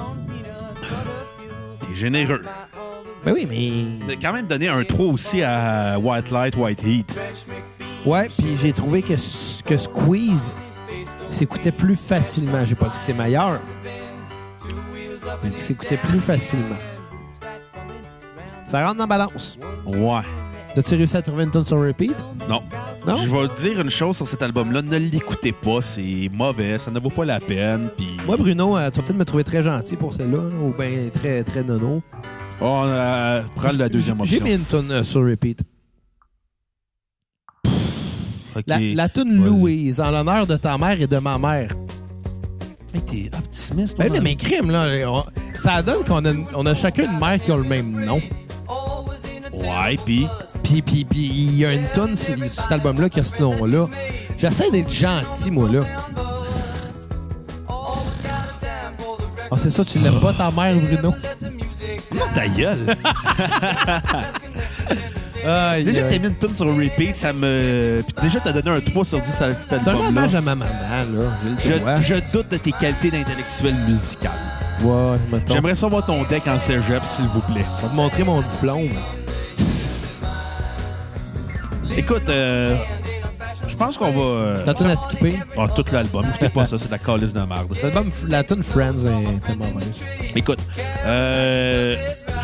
T'es généreux. Ben oui, mais... T'as quand même donné un trois aussi à White Light, White Heat. Ouais, puis j'ai trouvé que, que Squeeze s'écoutait plus facilement. J'ai pas dit que c'est meilleur. J'ai dit que s'écoutait plus facilement. Ça rentre dans la balance. Ouais. T'as-tu réussi à trouver une tune sur repeat? Non. Non? Je vais te dire une chose sur cet album-là. Ne l'écoutez pas. C'est mauvais. Ça ne vaut pas la peine. Puis... Moi, Bruno, euh, tu vas peut-être me trouver très gentil pour celle-là, là, ou bien très, très nono. Oh, euh, prends la deuxième J'ai option. mis une tune euh, sur repeat. OK. La, la tune Vas-y. Louise, en l'honneur de ta mère et de ma mère. Hey, t'es optimiste. Ben, toi, là, mais crime, là, on- ça donne qu'on a, on a chacun une mère qui a le même nom. Ouais, puis... Puis, puis, puis, il y a une tonne sur sur cet album-là qui a ce nom-là. J'essaie d'être gentil, moi, là. Ah, c'est ça, tu l'aimes pas, ta mère, Bruno? Non, ta gueule. Aïe, Déjà que aïe. t'as mis une tune sur repeat, ça me... Puis déjà, t'as donné un trois sur dix à cet C'est un album-là. hommage à ma maman, là. J'ai le droit. Je, je doute de tes qualités d'intellectuel musical. Ouais, mettons. J'aimerais savoir ton deck en cégep, s'il vous plaît. Je vais te montrer mon diplôme. Écoute, euh, je pense qu'on va... euh, La tune à skipper. Ah, tout l'album. Écoutez pas ça, c'est de la calice de merde. L'album, la tune Friends est tellement mauvaise. Écoute, euh,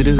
do.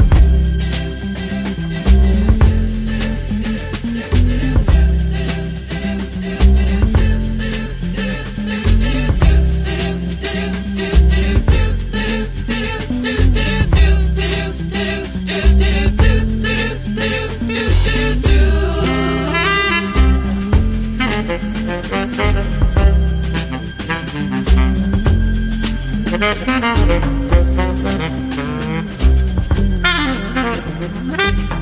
Thank you.